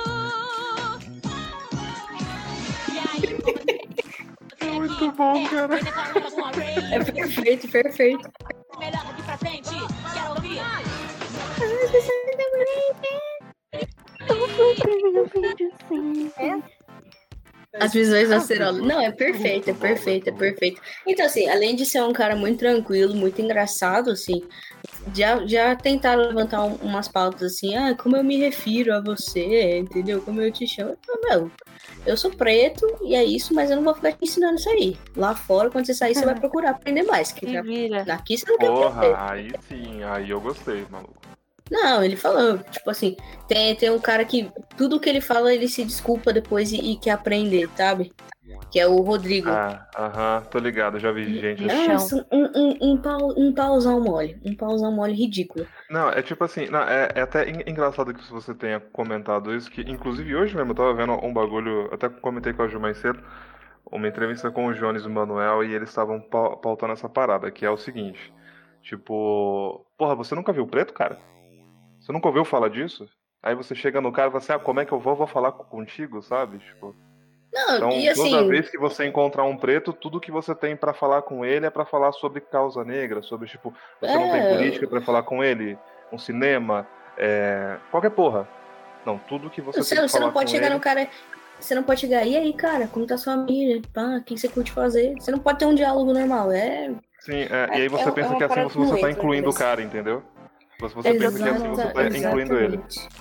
E aí, é muito bom, cara. É perfeito. Melhor daqui pra frente, quero ouvir. As visões do Acerola. Não, é perfeito. Então, assim, além de ser um cara muito tranquilo, muito engraçado, assim, já tentaram levantar umas pautas assim, como eu me refiro a você, entendeu? Como eu te chamo. Meu, eu sou preto e é isso, mas eu não vou ficar te ensinando isso aí. Lá fora, quando você sair, você vai procurar aprender mais. Que aqui você não quer aprender. Porra, aí sim, aí eu gostei, maluco. Não, ele falou, tipo assim, tem um cara que tudo que ele fala, ele se desculpa depois e quer aprender, sabe? Que é o Rodrigo. Tô ligado, já vi gente. Nossa, um pauzão mole ridículo. Não, é tipo assim, é até engraçado que você tenha comentado isso, que inclusive hoje mesmo eu tava vendo um bagulho, até comentei com a Ju mais cedo, uma entrevista com o Jones e o Manuel, e eles estavam pautando essa parada, que é o seguinte, tipo, porra, você nunca viu preto, cara? Você nunca ouviu falar disso? Aí você chega no cara e fala assim, como é que eu vou falar contigo, sabe? Tipo... Não, então, e assim... toda vez que você encontrar um preto, tudo que você tem pra falar com ele é pra falar sobre causa negra, sobre, tipo, você não tem política pra falar com ele, um cinema, qualquer porra. Não, tudo que você tem que falar não pode com chegar ele... no cara... Você não pode chegar, e aí, cara, como tá sua família? Pá, o que você curte fazer? Você não pode ter um diálogo normal, Sim, e aí você pensa que assim você tá incluindo o cara, entendeu? Você pensa que assim você tá incluindo ele.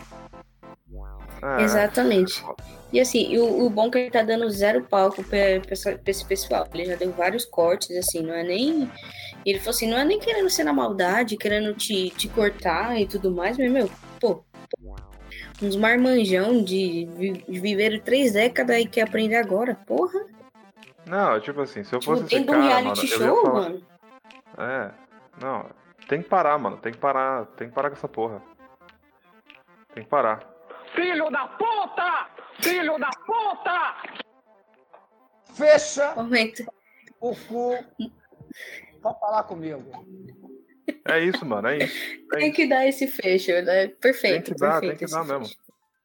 Exatamente. E assim, o bom é que ele tá dando zero palco pra esse pessoal. Ele já deu vários cortes, assim, não é nem... Ele falou assim, não é nem querendo ser na maldade, querendo te cortar e tudo mais, mas, meu, pô, uns marmanjão de viveram 3 décadas e quer aprender agora, porra. Não, tipo assim, se eu fosse esse dentro cara, de um reality mano, show, eu ia falar... mano. Não, tem que parar, mano, tem que parar com essa porra. Tem que parar. Filho da puta! Filho da puta! Fecha o cu pra falar comigo. É isso, mano, é isso. Tem que dar esse fecho, né? Perfeito. Tem que dar mesmo.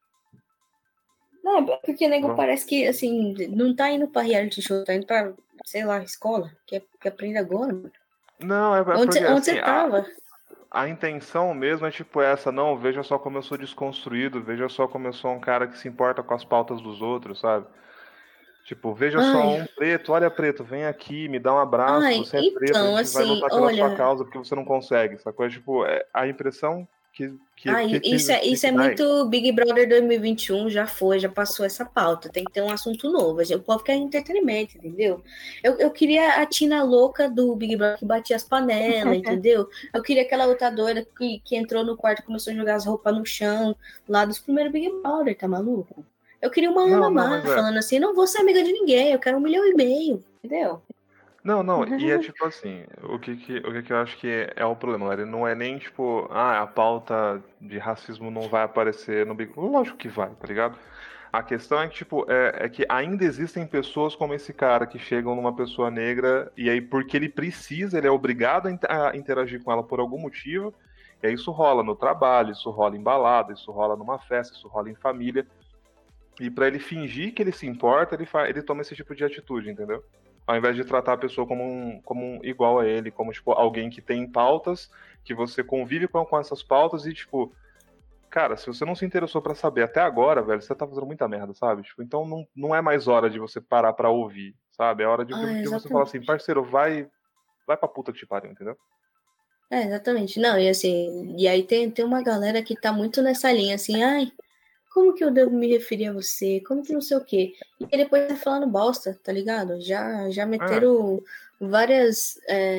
Não, porque nego parece que, assim, não tá indo pra reality show, tá indo pra, sei lá, escola, que aprende agora, mano. Não, é onde porque, você tava? A intenção mesmo é tipo essa, não, veja só como eu sou desconstruído, veja só como eu sou um cara que se importa com as pautas dos outros, sabe? Tipo, veja só um preto, olha preto, vem aqui, me dá um abraço, você é preto, a gente vai lutar pela sua causa porque você não consegue, sacou? Tipo, a impressão Isso é muito Big Brother 2021, já passou essa pauta, tem que ter um assunto novo. O povo quer entretenimento, entendeu? Eu queria a Tina louca do Big Brother que batia as panelas, entendeu? Eu queria aquela outra doida que entrou no quarto e começou a jogar as roupas no chão, lá dos primeiros Big Brother, tá maluco? Eu queria uma Ana Mar falando assim, não vou ser amiga de ninguém, eu quero 1,5 milhão, entendeu? Não, e é tipo assim, o que eu acho que é o problema, ele não é nem tipo, a pauta de racismo não vai aparecer no Big Brother, lógico que vai, tá ligado? A questão é que, tipo, é que ainda existem pessoas como esse cara que chegam numa pessoa negra e aí porque ele precisa, ele é obrigado a interagir com ela por algum motivo, e aí isso rola no trabalho, isso rola em balada, isso rola numa festa, isso rola em família, e pra ele fingir que ele se importa, ele toma esse tipo de atitude, entendeu? Ao invés de tratar a pessoa como um igual a ele, como, tipo, alguém que tem pautas, que você convive com essas pautas e, tipo, cara, se você não se interessou pra saber até agora, velho, você tá fazendo muita merda, sabe? Tipo, então não é mais hora de você parar pra ouvir, sabe? É hora de você falar assim, parceiro, vai pra puta que te pariu, entendeu? Exatamente. Não, e assim, e aí tem uma galera que tá muito nessa linha, assim, ai, como que eu devo me referir a você? Como que não sei o quê? E aí depois tá falando bosta, tá ligado? Já meteram várias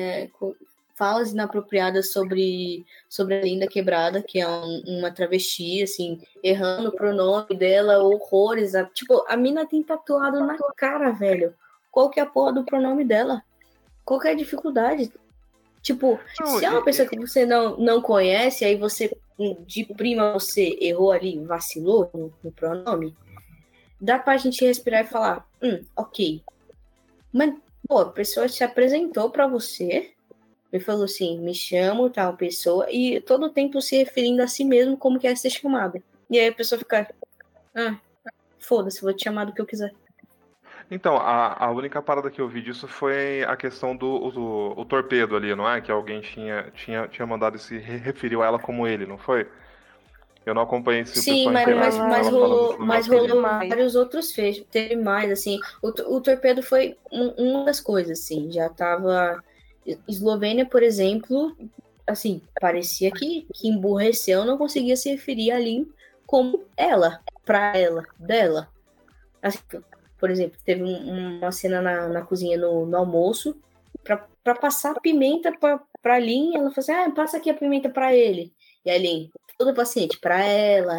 falas inapropriadas sobre a Linda Quebrada, que é uma travesti, assim, errando o pronome dela, horrores. Tipo, a mina tem tatuado na cara, velho. Qual que é a porra do pronome dela? Qual que é a dificuldade? Tipo, se é uma pessoa que você não conhece, aí você de prima você errou ali, vacilou no pronome, dá pra gente respirar e falar, ok. Mas, pô, a pessoa se apresentou pra você e falou assim, me chamo tal pessoa, e todo o tempo se referindo a si mesmo como quer ser chamada. E aí a pessoa fica, foda-se, vou te chamar do que eu quiser. Então, a única parada que eu vi disso foi a questão do torpedo ali, não é? Que alguém tinha mandado se referiu a ela como ele, não foi? Eu não acompanhei esse Sim, mas rolou vários outros fechos. Teve mais, assim. O torpedo foi uma das coisas, assim. Já tava... Eslovênia, por exemplo, assim, parecia que emburreceu, não conseguia se referir ali como ela, pra ela, dela. Assim, por exemplo, teve uma cena na cozinha no almoço, pra passar pimenta pra Lin, ela falou assim, passa aqui a pimenta pra ele. E a Lin, toda paciente, pra ela,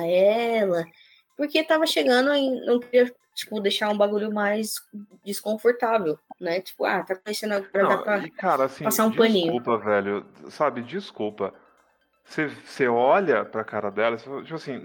porque tava chegando e não queria, tipo, deixar um bagulho mais desconfortável, né? Tipo, tá conhecendo agora, dá pra cara, assim, passar um paninho. Desculpa, velho, sabe, desculpa. Você olha pra cara dela, tipo assim,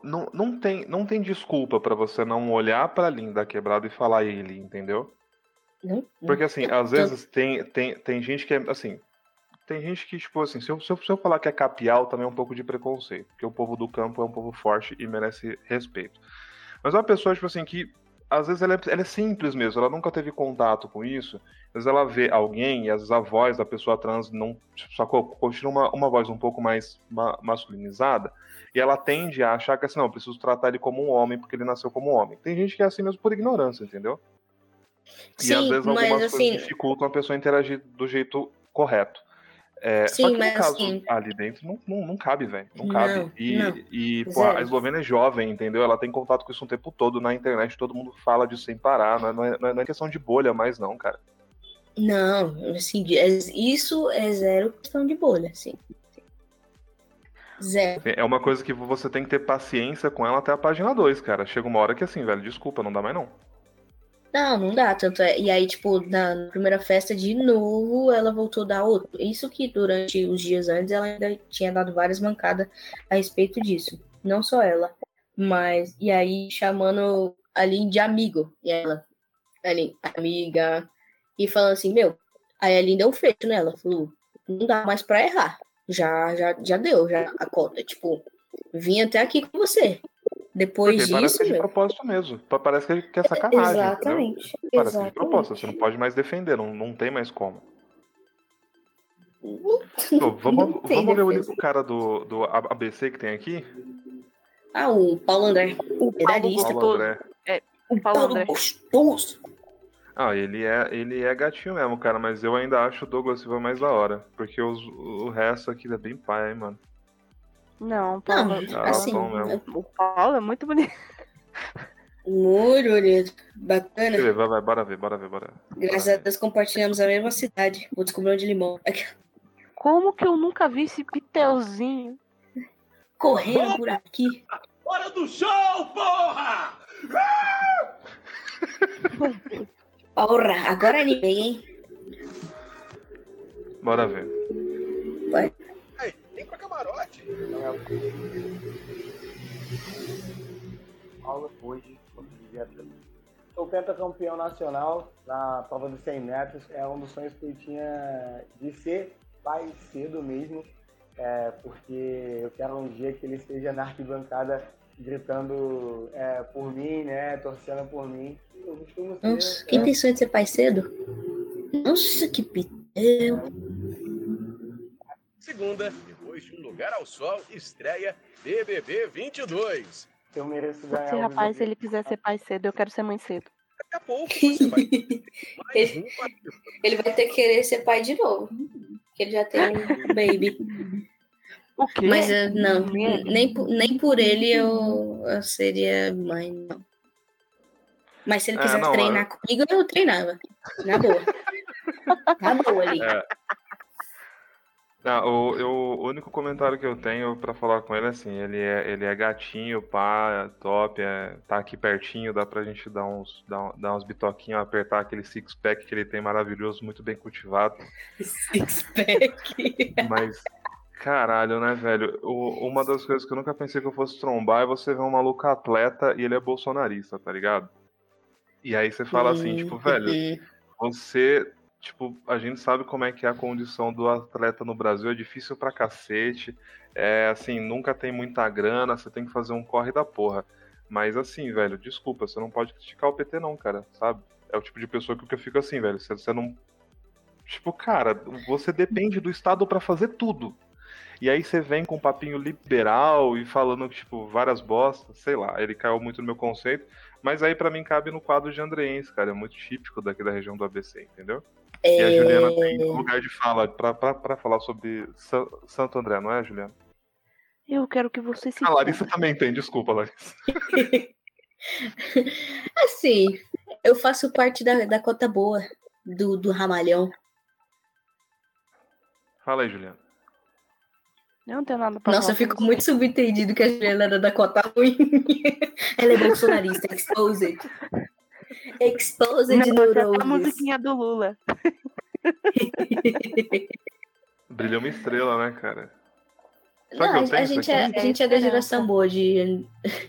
não tem desculpa pra você não olhar pra Linda Quebrada e falar ele, entendeu? Porque assim, às vezes tem gente que é, assim, tem gente que, tipo assim, se eu falar que é capial, também é um pouco de preconceito, porque o povo do campo é um povo forte e merece respeito. Mas é uma pessoa, tipo assim, que às vezes ela é simples mesmo, ela nunca teve contato com isso, às vezes ela vê alguém e às vezes a voz da pessoa trans não, sacou? Continua uma voz um pouco mais masculinizada, e ela tende a achar que assim, não, eu preciso tratar ele como um homem porque ele nasceu como um homem. Tem gente que é assim mesmo por ignorância, entendeu? Sim, e às vezes mas, algumas assim, coisas dificultam a pessoa interagir do jeito correto. Sim, só que mas no caso assim, ali dentro não cabe, velho. Não cabe. E pô, Zero. a Eslovênia é jovem, entendeu? Ela tem contato com isso o tempo todo na internet, todo mundo fala disso sem parar. Não é questão de bolha mais, não, cara. Não, assim, isso é zero questão de bolha, assim. Zero. É uma coisa que você tem que ter paciência com ela até a página 2, cara. Chega uma hora que assim, velho, desculpa, não dá mais não. Não dá, tanto é. E aí, tipo, na primeira festa, de novo, ela voltou a dar outro. Isso que durante os dias antes ela ainda tinha dado várias mancadas a respeito disso. Não só ela. Mas, e aí, chamando a Lin de amigo. E ela, Lin, amiga. E falando assim, aí a Lin deu um fecho nela. Falou, não dá mais pra errar. Já deu, já a cota. Tipo, vim até aqui com você. Depois porque disso, parece que é de propósito mesmo. Parece que é sacanagem. Exatamente. Entendeu? Parece que é de propósito. Você não pode mais defender, não tem mais como. Vamos ver o cara do ABC que tem aqui? O Paulo André. Medalhista. Paulo André. O Paulo André. Gostoso. Ele é gatinho mesmo, cara, mas eu ainda acho o Douglas Silva mais da hora. Porque o resto aqui é bem pai, hein, mano. Não, o Paulo, Não, assim, o Paulo é muito bonito. Muito bonito. Bacana. Vai, bora ver. Graças a Deus compartilhamos a mesma cidade. Vou descobrir onde ele mora. Como que eu nunca vi esse Pitelzinho? Correndo por aqui. Hora do show, porra! Porra, agora animei, hein? Bora ver. Vai. Ei, vem pra camarote. Aula hoje, sou pentacampeão nacional na prova dos 100 metros. É um dos sonhos que eu tinha de ser pai cedo mesmo, porque eu quero um dia que ele esteja na arquibancada gritando por mim, né, torcendo por mim. Eu costumo ser, Nossa, quem tem sonho de ser pai cedo? Nossa, que pitel. Segunda, depois de Um Lugar ao Sol, estreia BBB 22. Eu mereço ganhar. Se rapaz, se ele quiser ser pai cedo, eu quero ser mãe cedo. Daqui a pouco você vai Ele vai ter que querer ser pai de novo. Porque ele já tem um baby. O quê? Mas não, nem por ele eu seria mãe, não. Mas se ele quisesse treinar comigo, eu treinava. Na boa. Na boa ali. O único comentário que eu tenho pra falar com ele é assim, ele é gatinho, pá, top, tá aqui pertinho, dá pra gente dar uns bitoquinhos, apertar aquele six-pack que ele tem maravilhoso, muito bem cultivado. Six-pack. Mas, caralho, né, velho? Uma das coisas que eu nunca pensei que eu fosse trombar é você ver um maluco atleta e ele é bolsonarista, tá ligado? E aí você fala assim, tipo, velho, você... Tipo, a gente sabe como é que é a condição do atleta no Brasil, é difícil pra cacete, assim, nunca tem muita grana, você tem que fazer um corre da porra. Mas assim, velho, desculpa, você não pode criticar o PT não, cara, sabe? É o tipo de pessoa que eu fico assim, velho, você não... Tipo, cara, você depende do Estado pra fazer tudo. E aí você vem com um papinho liberal e falando, tipo, várias bostas, sei lá, ele caiu muito no meu conceito, mas aí pra mim cabe no quadro de andreense, cara, é muito típico daqui da região do ABC, entendeu? E a Juliana tem lugar de fala pra falar sobre Santo André, não é, Juliana? Eu quero que você se... A Larissa também tem, desculpa, Larissa. Assim, eu faço parte da cota boa do ramalhão. Fala aí, Juliana. Eu não tenho nada pra Nossa, eu fico muito subentendido que a Juliana era da cota ruim. Ela é bolsonarista, exposed. Exposed de neuroses. A musiquinha do Lula. Brilhou uma estrela, né, cara? Não, a gente é da geração boa de...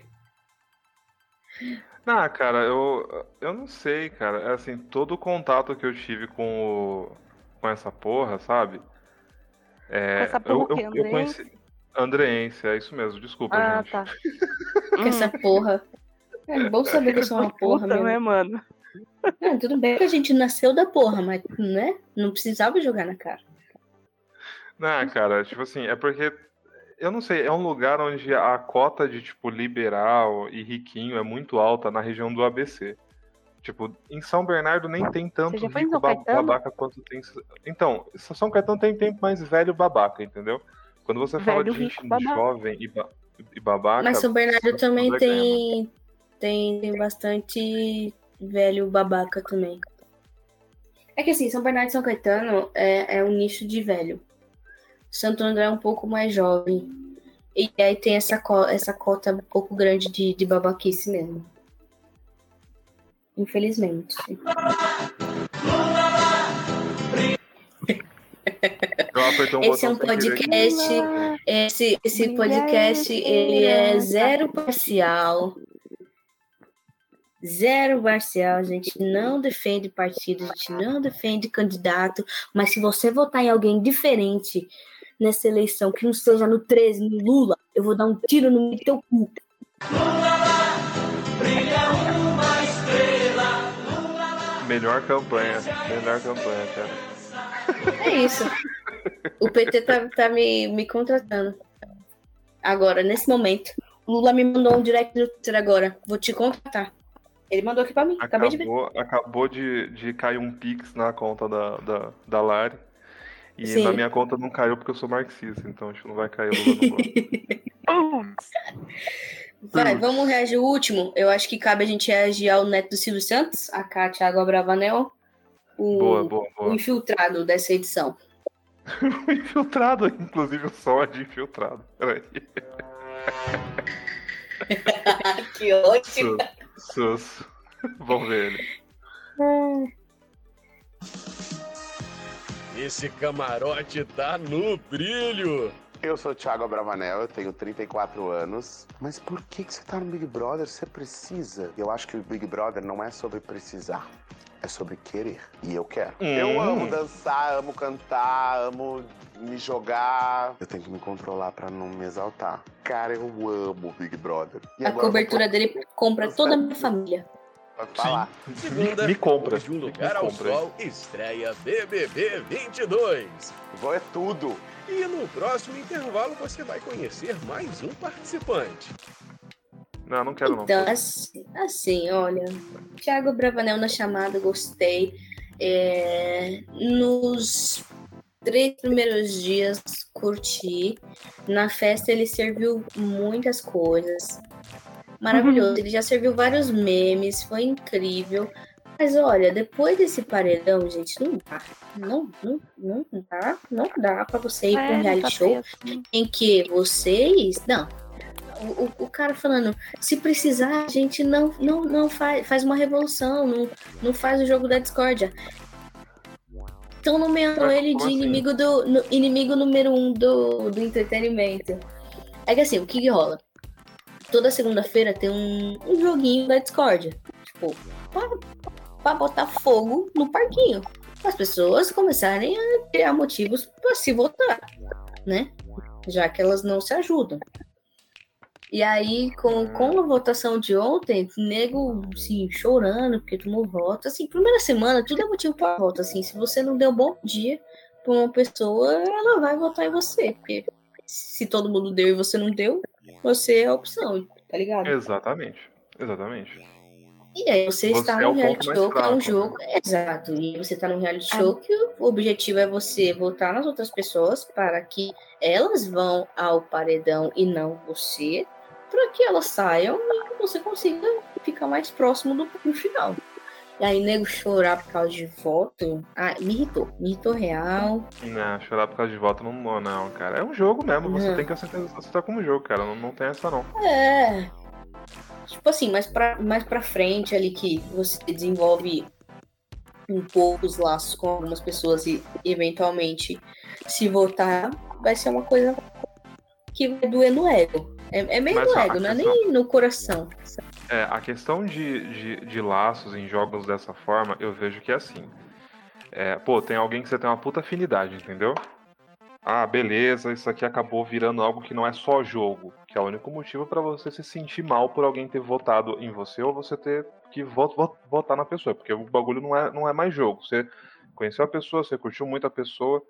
Ah, cara, eu não sei, cara. Assim, todo o contato que eu tive com essa porra, sabe? Com essa porra eu conheci... Andreense, é isso mesmo, desculpa, gente. Tá. Com essa porra. É bom saber que eu sou uma porra mesmo. Né, mano? Não, tudo bem que a gente nasceu da porra, mas, né? Não precisava jogar na cara. Não, cara, tipo assim, é porque... Eu não sei, é um lugar onde a cota de, tipo, liberal e riquinho é muito alta na região do ABC. Tipo, em São Bernardo nem tem tanto rico babaca quanto tem... Então, São Caetano tem mais velho babaca, entendeu? Quando você fala de gente jovem e babaca... Mas São Bernardo também tem bastante velho babaca também. É que assim, São Bernardo e São Caetano é um nicho de velho. Santo André é um pouco mais jovem. E aí tem essa cota um pouco grande de babaquice mesmo. Infelizmente. Esse é um podcast. Esse podcast, ele é zero parcial. Zero parcial. A gente não defende partido, a gente não defende candidato. Mas se você votar em alguém diferente nessa eleição, que não seja no 13, no Lula, eu vou dar um tiro no meio do teu cu. Brilha uma estrela. Melhor campanha, cara. É isso. O PT tá me contratando. Agora, nesse momento. O Lula me mandou um direct no Twitter agora. Vou te contratar. Ele mandou aqui pra mim. Acabei de ver. Acabou de cair um pix na conta da Lari. E Sim. na minha conta não caiu porque eu sou marxista, então acho que não vai cair Lula no Gosta. Vai, vamos reagir o último. Eu acho que cabe a gente reagir ao neto do Silvio Santos, a Thiago Abravanel, Boa. o infiltrado dessa edição. Infiltrado, inclusive o som é de infiltrado. Peraí. Que ótimo. Sus. Vamos ver ele. Esse camarote tá no brilho. Eu sou o Thiago Abravanel, eu tenho 34 anos. Mas por que você tá no Big Brother? Você precisa. Eu acho que o Big Brother não é sobre precisar, é sobre querer. E eu quero. Eu amo dançar, amo cantar, amo me jogar. Eu tenho que me controlar pra não me exaltar. Cara, eu amo o Big Brother. E A agora cobertura dele compra toda a minha família. Pode falar. Segunda, Me compra. De um lugar Me ao compra. sol, estreia BBB 22. Vou é tudo. E no próximo intervalo você vai conhecer mais um participante. Não quero não. Então, assim, olha, Thiago Bravanel na chamada, gostei. Nos 3 primeiros dias, curti. Na festa ele serviu muitas coisas. Maravilhoso, ele já serviu vários memes, foi incrível. Mas olha, depois desse paredão, gente, não dá pra você ir pra um reality show em que vocês... Não, o cara falando, se precisar, a gente não faz uma revolução, não faz o jogo da discórdia. Estão nomeando ele de inimigo número 1 do entretenimento. É que assim, o que rola? Toda segunda-feira tem um joguinho da discórdia. Tipo, pra botar fogo no parquinho. Para as pessoas começarem a criar motivos para se votar, né? Já que elas não se ajudam. E aí, com a votação de ontem, nego, assim, chorando porque tomou voto. Assim, primeira semana, tudo é motivo para voto. Assim, se você não deu bom dia para uma pessoa, ela vai votar em você. Porque se todo mundo deu e você não deu, você é a opção, tá ligado? Exatamente. E aí você está num reality show que é um jogo... Né? Exato. E você está num reality show que o objetivo é você votar nas outras pessoas para que elas vão ao paredão e não você, para que elas saiam e você consiga ficar mais próximo do final. E aí, nego chorar por causa de voto, me irritou real. Não, chorar por causa de voto não, cara. É um jogo mesmo, você tem que aceitar como jogo, cara. Não tem essa não. Tipo assim, mais pra frente ali que você desenvolve um pouco os laços com algumas pessoas e eventualmente se votar, vai ser uma coisa que vai doer no ego. É meio no ego, não é nem no coração. A questão de laços em jogos dessa forma, eu vejo que é assim. Tem alguém que você tem uma puta afinidade, entendeu? Ah, beleza, isso aqui acabou virando algo que não é só jogo, que é o único motivo pra você se sentir mal por alguém ter votado em você ou você ter que votar na pessoa, porque o bagulho não é mais jogo. Você conheceu a pessoa, você curtiu muito a pessoa,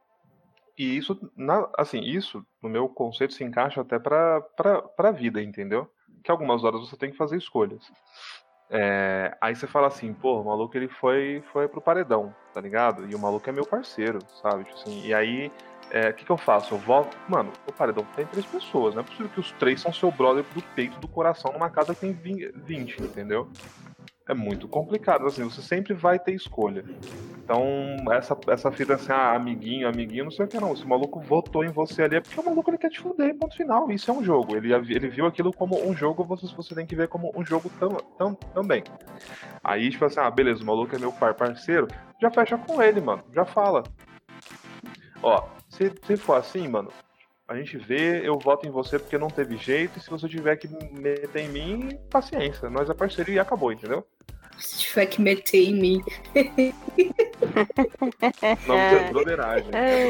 e isso, isso, no meu conceito, se encaixa até pra vida, entendeu? Que algumas horas você tem que fazer escolhas. Aí você fala assim, o maluco ele foi pro paredão, tá ligado? E o maluco é meu parceiro, sabe? Assim, e aí, o que eu faço? Eu volto. Mano, o paredão tem 3 pessoas, não é possível que os 3 são seu brother do peito do coração numa casa que tem 20, entendeu? É muito complicado, assim, você sempre vai ter escolha. Então, essa fita assim, amiguinho, não sei o que não. Se o maluco votou em você ali, é porque o maluco ele quer te fuder, ponto final. Isso é um jogo. Ele viu aquilo como um jogo, você tem que ver como um jogo também. Aí, tipo assim, beleza, o maluco é meu parceiro, já fecha com ele, mano. Já fala. Ó, se for assim, mano, a gente vê, eu voto em você porque não teve jeito, e se você tiver que meter em mim, paciência, nós é parceiro e acabou, entendeu? Se tiver que meter em mim. Não, é broderagem,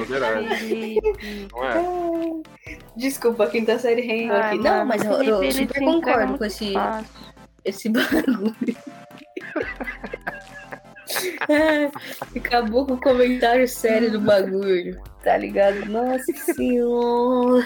não é? Desculpa, quinta série rindo aqui. Não, mas eu super concordo com esse bagulho. Acabou com o comentário sério do bagulho, tá ligado? Nossa senhora.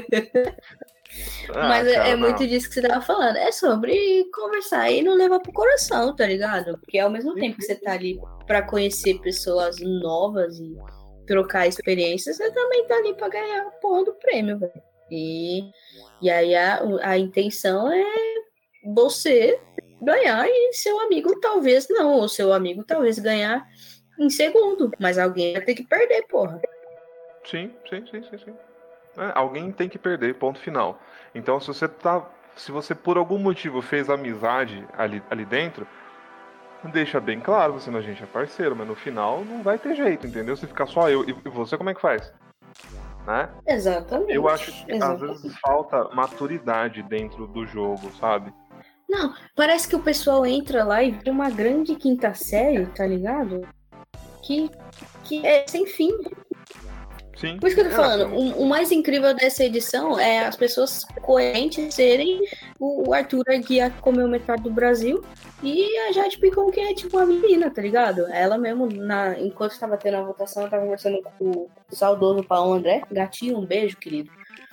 Mas é muito disso que você tava falando. É sobre conversar e não levar pro coração, tá ligado? Porque ao mesmo tempo que você tá ali pra conhecer pessoas novas trocar experiências, você também tá ali pra ganhar a porra do prêmio, velho. E aí a intenção é você ganhar e seu amigo talvez não, ou seu amigo talvez ganhar em segundo, mas alguém vai ter que perder, porra. Sim. Alguém tem que perder, ponto final. Então, se você por algum motivo fez amizade ali dentro, deixa bem claro, senão a gente é parceiro, mas no final não vai ter jeito, entendeu? Se ficar só eu e você, como é que faz? Né? Exatamente. Eu acho que às vezes falta maturidade dentro do jogo, sabe? Não, parece que o pessoal entra lá e vira uma grande quinta série, tá ligado? Que é sem fim. Sim. Por isso que eu tô falando, o mais incrível dessa edição é as pessoas coerentes serem o Arthur Aguiar, que comeu metade do Brasil, e a Jade Picon, que é tipo uma menina, tá ligado? Ela mesmo, enquanto estava tendo a votação, eu tava conversando com o saudoso Paulo André, gatinho, um beijo, querido.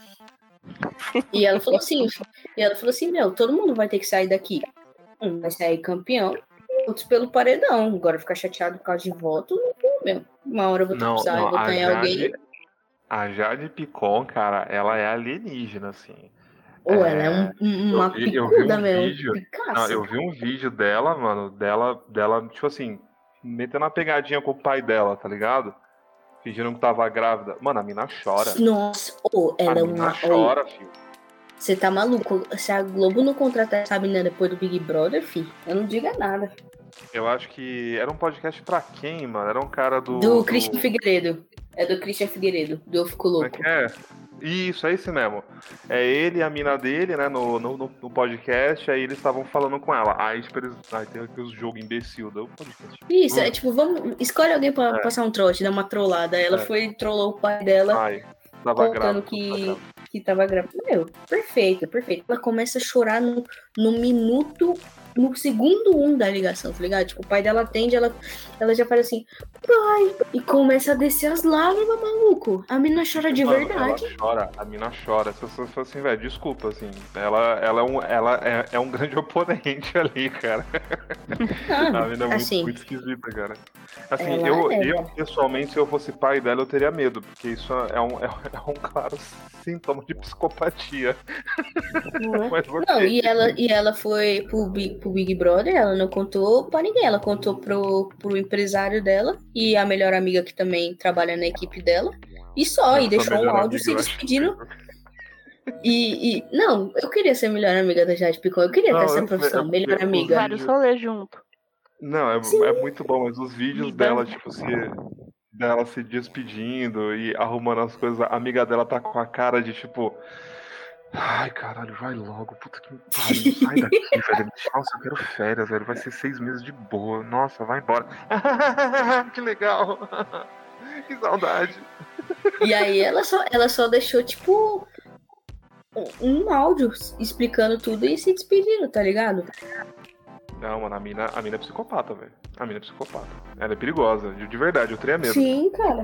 E ela falou assim, meu, todo mundo vai ter que sair daqui. Um vai sair campeão, outros pelo paredão. Agora ficar chateado por causa de voto, meu. Uma hora eu vou ter que precisar e votar em alguém. A Jade Picon, cara, ela é alienígena, assim. Ou ela é uma picuda, meu. Eu vi um vídeo dela, mano, dela, tipo assim, metendo uma pegadinha com o pai dela, tá ligado? Fingindo que tava grávida. Mano, a mina chora. Nossa, ela é uma... A mina chora, filho. Você tá maluco? Se a Globo não contratar essa menina depois do Big Brother, filho, eu não diga nada. Eu acho que era um podcast pra quem, mano? Era um cara do Christian Figueiredo. É do Christian Figueiredo, do Eu Fico Louco. Isso, é esse mesmo. É ele e a mina dele, né, no podcast, aí eles estavam falando com ela. Aí, tipo, tem aqui os jogos imbecil do podcast. Isso, é tipo, escolhe alguém pra passar um trote, dar uma trollada. Ela foi e trollou o pai dela. Tava contando que tava grávida. Meu, perfeito. Ela começa a chorar no segundo 1 da ligação, tá ligado? Tipo, o pai dela atende, ela já faz assim, pai, e começa a descer as lágrimas, maluco. A menina chora de verdade. A mina chora. Se você for assim, velho, desculpa, assim, ela é um grande oponente ali, cara. A mina é muito esquisita, cara. Assim, eu pessoalmente, se eu fosse pai dela, eu teria medo, porque isso é um claro sintoma de psicopatia. Não, e ela foi pro Big Brother, ela não contou pra ninguém, ela contou pro empresário dela e a melhor amiga que também trabalha na equipe dela, e deixou um áudio se despedindo. Não, eu queria ser a melhor amiga da Jade Picon, eu queria ter essa profissão, melhor amiga. Vários rolês junto. Não, é muito bom, mas os vídeos dela, tipo, dela se despedindo e arrumando as coisas, a amiga dela tá com a cara de tipo... Ai, caralho, vai logo, puta que pariu, sai daqui, velho. Nossa, eu quero férias, velho, vai ser 6 meses de boa. Nossa, vai embora. Que legal. Que saudade. E aí ela só deixou, tipo, um áudio explicando tudo e se despedindo, tá ligado? Não, mano, a mina é psicopata, velho. A mina é psicopata. Ela é perigosa, de verdade, eu teria medo. Sim, cara.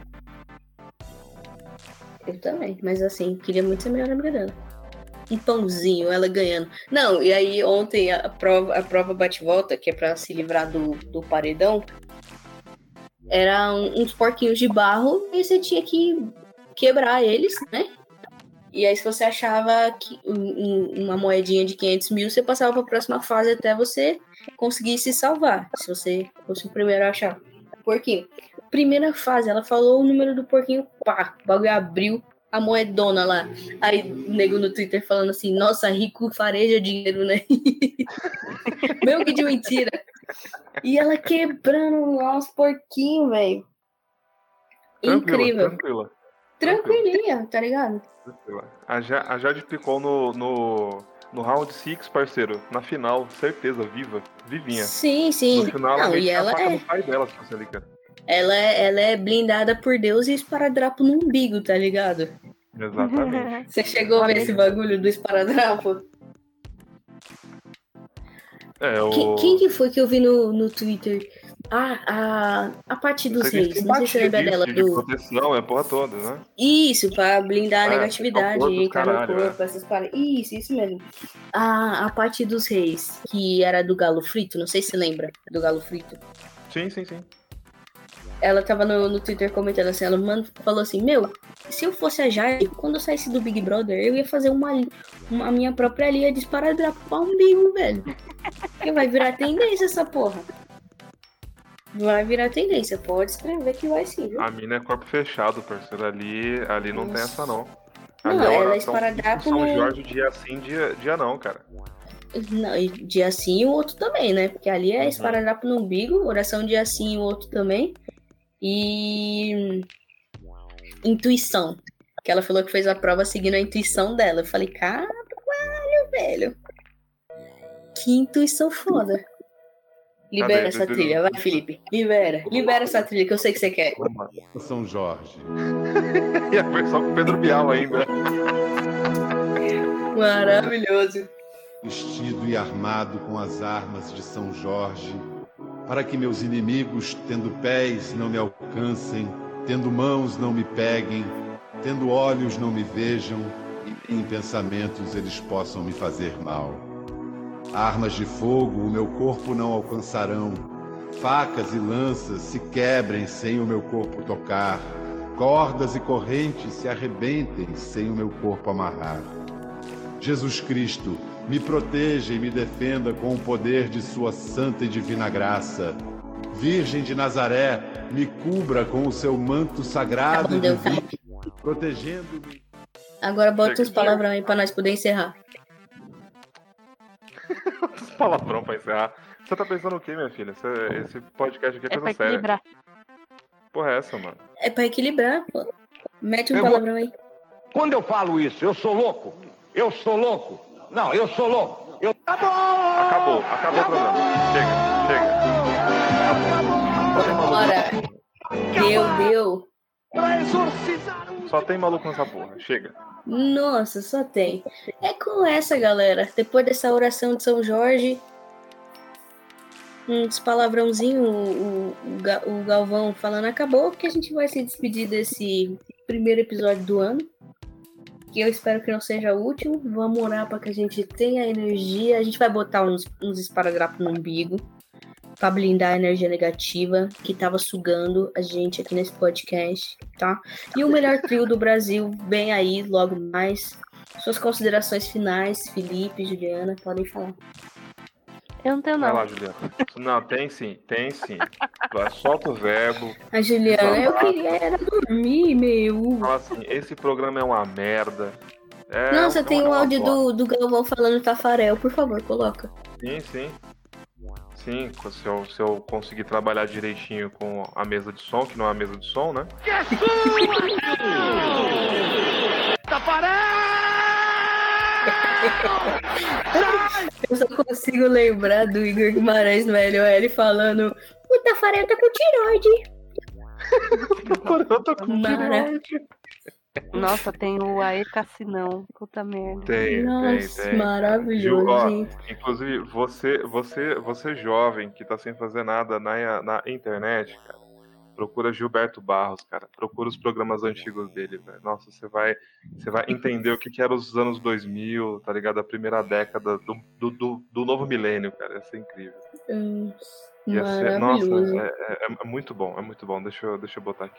Eu também, mas assim, queria muito ser a melhor amiga dela. Um pãozinho, ela ganhando. Não, e aí ontem a prova bate-volta, que é pra se livrar do paredão, era uns porquinhos de barro e você tinha que quebrar eles, né? E aí se você achava uma moedinha de 500 mil, você passava pra próxima fase até você conseguir se salvar. Se você fosse o primeiro a achar o porquinho. Primeira fase, ela falou o número do porquinho, pá, o bagulho abriu, a moedona lá. Aí o nego no Twitter falando assim, nossa, rico fareja dinheiro, né? Meu, que de mentira. E ela quebrando o nosso porquinho, velho. Incrível. Tranquilinha, tá ligado? Tranquila. A Jade Picon no round 6, parceiro, na final, certeza, vivinha. Sim. No final, ela metia a faca no pai dela, se você liga. Ela é blindada por Deus e esparadrapo no umbigo, tá ligado? Exatamente. Você chegou a ver esse bagulho do esparadrapo? Quem que foi que eu vi no Twitter? A parte dos reis. Não sei se você lembra dela. De proteção, é a porra toda, né? Isso, pra blindar a negatividade, entrar no corpo, essas paradas. Isso mesmo. A parte dos reis, que era do galo frito, não sei se você lembra do galo frito. Sim. ela tava no Twitter comentando assim, ela falou assim, se eu fosse a Jade, quando eu saísse do Big Brother, eu ia fazer a minha própria linha de esparadrapo umbigo, velho. Porque vai virar tendência essa porra. Vai virar tendência, pode escrever que vai sim, viu? A mina é corpo fechado, parceiro. Ali não tem essa, não. Não, ela é esparadrapo São Jorge, dia sim, dia não, cara. Não, dia sim e o outro também, né? Porque ali é esparadrapo no umbigo, oração dia sim e o outro também. E intuição. Que ela falou que fez a prova seguindo a intuição dela. Eu falei, caralho, velho. Que intuição foda. Libera essa trilha, vai, Felipe. Libera essa trilha que eu sei que você quer. São Jorge. E a versão com Pedro Bial ainda. Maravilhoso. Vestido e armado com as armas de São Jorge, para que meus inimigos, tendo pés, não me alcancem, tendo mãos, não me peguem, tendo olhos, não me vejam, e em pensamentos eles possam me fazer mal. Armas de fogo o meu corpo não alcançarão, facas e lanças se quebrem sem o meu corpo tocar, cordas e correntes se arrebentem sem o meu corpo amarrar. Jesus Cristo, me proteja e me defenda com o poder de sua santa e divina graça. Virgem de Nazaré, me cubra com o seu manto sagrado e divino, protegendo-me. Agora bota uns palavrão aí pra nós poder encerrar. Os palavrão pra encerrar. Você tá pensando o quê, minha filha? Esse podcast aqui é coisa séria. Equilibrar. Porra é essa, mano? É pra equilibrar, pô. Mete um palavrão aí. Quando eu falo isso, eu sou louco? Eu sou louco? Não, eu sou louco. Acabou o programa. Chega. Bora. Deu. Só tem maluco nessa porra. Chega. Nossa, só tem. É com essa, galera. Depois dessa oração de São Jorge, uns palavrãozinho, o Galvão falando acabou, que a gente vai se despedir desse primeiro episódio do ano. Que eu espero que não seja o último. Vamos orar para que a gente tenha energia. A gente vai botar uns esparadrapos no umbigo para blindar a energia negativa que tava sugando a gente aqui nesse podcast, tá? E o melhor trio do Brasil vem aí logo mais. Suas considerações finais, Felipe, Juliana, podem falar. Eu não tenho, não. Vai lá, Juliana. Não, tem sim. Vai, solta o verbo. A Juliana, eu queria era dormir, meu. Fala assim, esse programa é uma merda. Nossa, tem o áudio do Galvão falando Tafarel, por favor, coloca. Sim, se eu conseguir trabalhar direitinho com a mesa de som, que não é a mesa de som, né? Eu só consigo lembrar do Igor Guimarães no LOL falando: o Tafarel tá com tiroide. Nossa, tem o Aê Cassinão. Puta merda. Tem. Maravilhoso, gente. Inclusive, você jovem que tá sem fazer nada na internet, cara, procura Gilberto Barros, cara. Procura os programas antigos dele, velho. Nossa, você vai entender o que era os anos 2000, tá ligado? A primeira década do novo milênio, cara. Ia ser incrível. Maravilhoso. Nossa, é muito bom, é muito bom. Deixa eu botar aqui.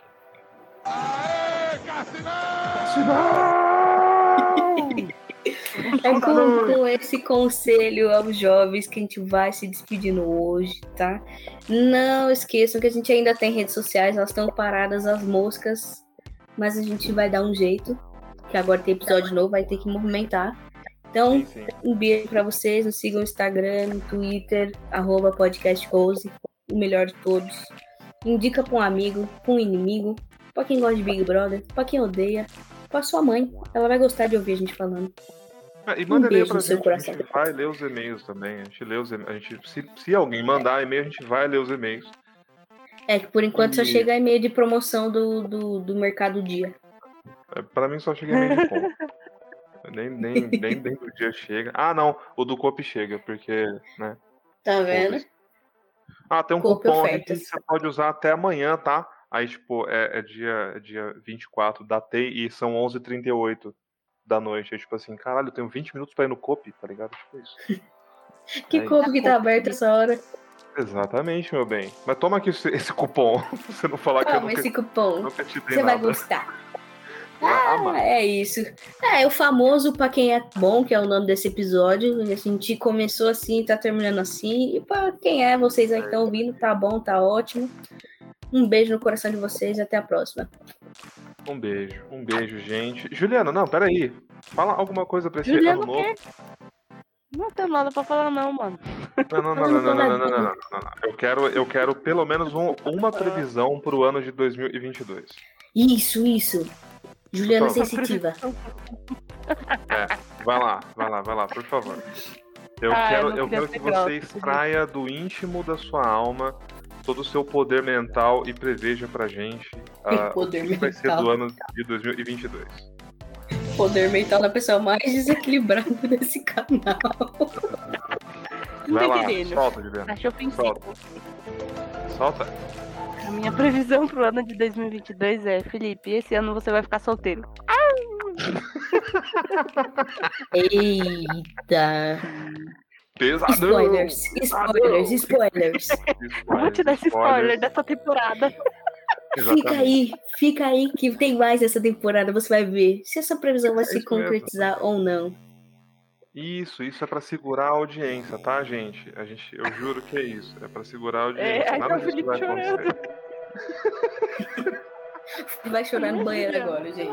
É com esse conselho aos jovens que a gente vai se despedindo hoje, tá? Não esqueçam que a gente ainda tem redes sociais, elas estão paradas as moscas, mas a gente vai dar um jeito, que agora tem episódio novo, vai ter que movimentar. Então, um beijo pra vocês, nos sigam no Instagram, no Twitter, @podcastpose, o melhor de todos. Indica pra um amigo, pra um inimigo, pra quem gosta de Big Brother, pra quem odeia, pra sua mãe. Ela vai gostar de ouvir a gente falando. E manda e-mail pra gente, a gente vai ler os e-mails também. A gente lê os e-mails. Se alguém mandar e-mail, a gente vai ler os e-mails. É que por enquanto só chega e-mail de promoção do Mercado Dia. Pra mim só chega e-mail de compra. nem do dia chega. Ah, não, o do Coop chega, porque, né? Tá vendo? Tem um cupom aqui que você pode usar até amanhã, tá? Aí, tipo, é dia 24 da TEI e são 11h38 da noite. É tipo assim, caralho, eu tenho 20 minutos pra ir no Coop, tá ligado? Tipo isso. Que Coop que tá aberto essa hora? Exatamente, meu bem. Mas toma aqui esse cupom. Pra você não falar que eu nunca, esse cupom. nunca te dei Você vai nada. gostar. É isso. É o famoso Pra Quem É Bom, que é o nome desse episódio. A gente começou assim, tá terminando assim. E pra quem é, vocês aí que estão ouvindo, tá bom, tá ótimo. Um beijo no coração de vocês e até a próxima. Um beijo, gente. Juliana, não, peraí. Fala alguma coisa pra esse Juliana, ano o quê? novo. Não tem nada pra falar não, mano. Não. Eu quero pelo menos uma previsão pro ano de 2022. Isso. Juliana Por favor. sensitiva. Vai lá, por favor. Eu quero que você extraia do íntimo da sua alma todo o seu poder mental e preveja pra gente o que vai ser do ano de 2022. Poder mental da pessoa mais desequilibrada desse canal. Vai lá, querendo. solta, Juliana. Acho ofensivo. Solta. A minha previsão pro ano de 2022 é, Felipe, esse ano você vai ficar solteiro. Eita. Pesadão. Spoilers. Vou te dar esse spoiler dessa temporada. Fica aí que tem mais essa temporada, você vai ver se essa previsão vai se concretizar ou não. Isso é pra segurar a audiência, tá, gente? Eu juro que é isso. É pra segurar a audiência. Nada disso vai acontecer. Vai chorar no banheiro agora, gente.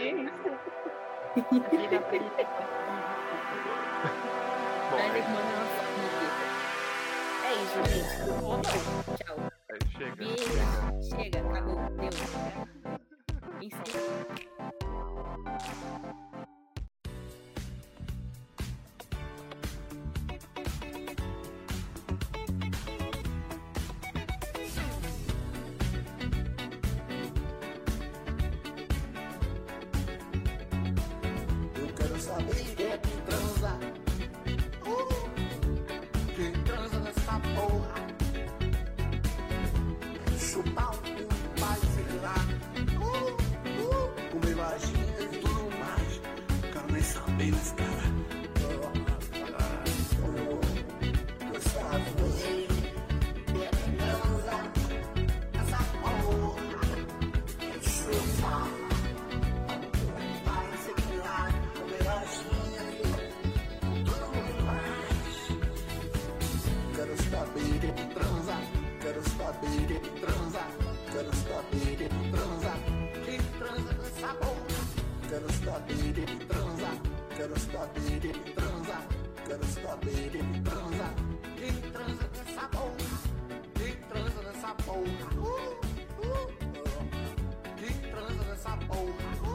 É isso, gente. Tchau. Chega, acabou. Deu. Eu quero saber quem é que transa. Quem transa nessa porra? Chupar o cu, vai sei lá. Comer vagina e tudo mais. Quero nem saber desse cara. Eu sabe quem é que transa nessa porra? Chupar. Quero saber quem transa, quero saber quem transa, quero saber quem transa, quem transa nessa porra. Quero saber quem transa, quero saber quem transa, quero saber quem transa, quem transa nessa porra, quem transa nessa porra, quem transa nessa porra.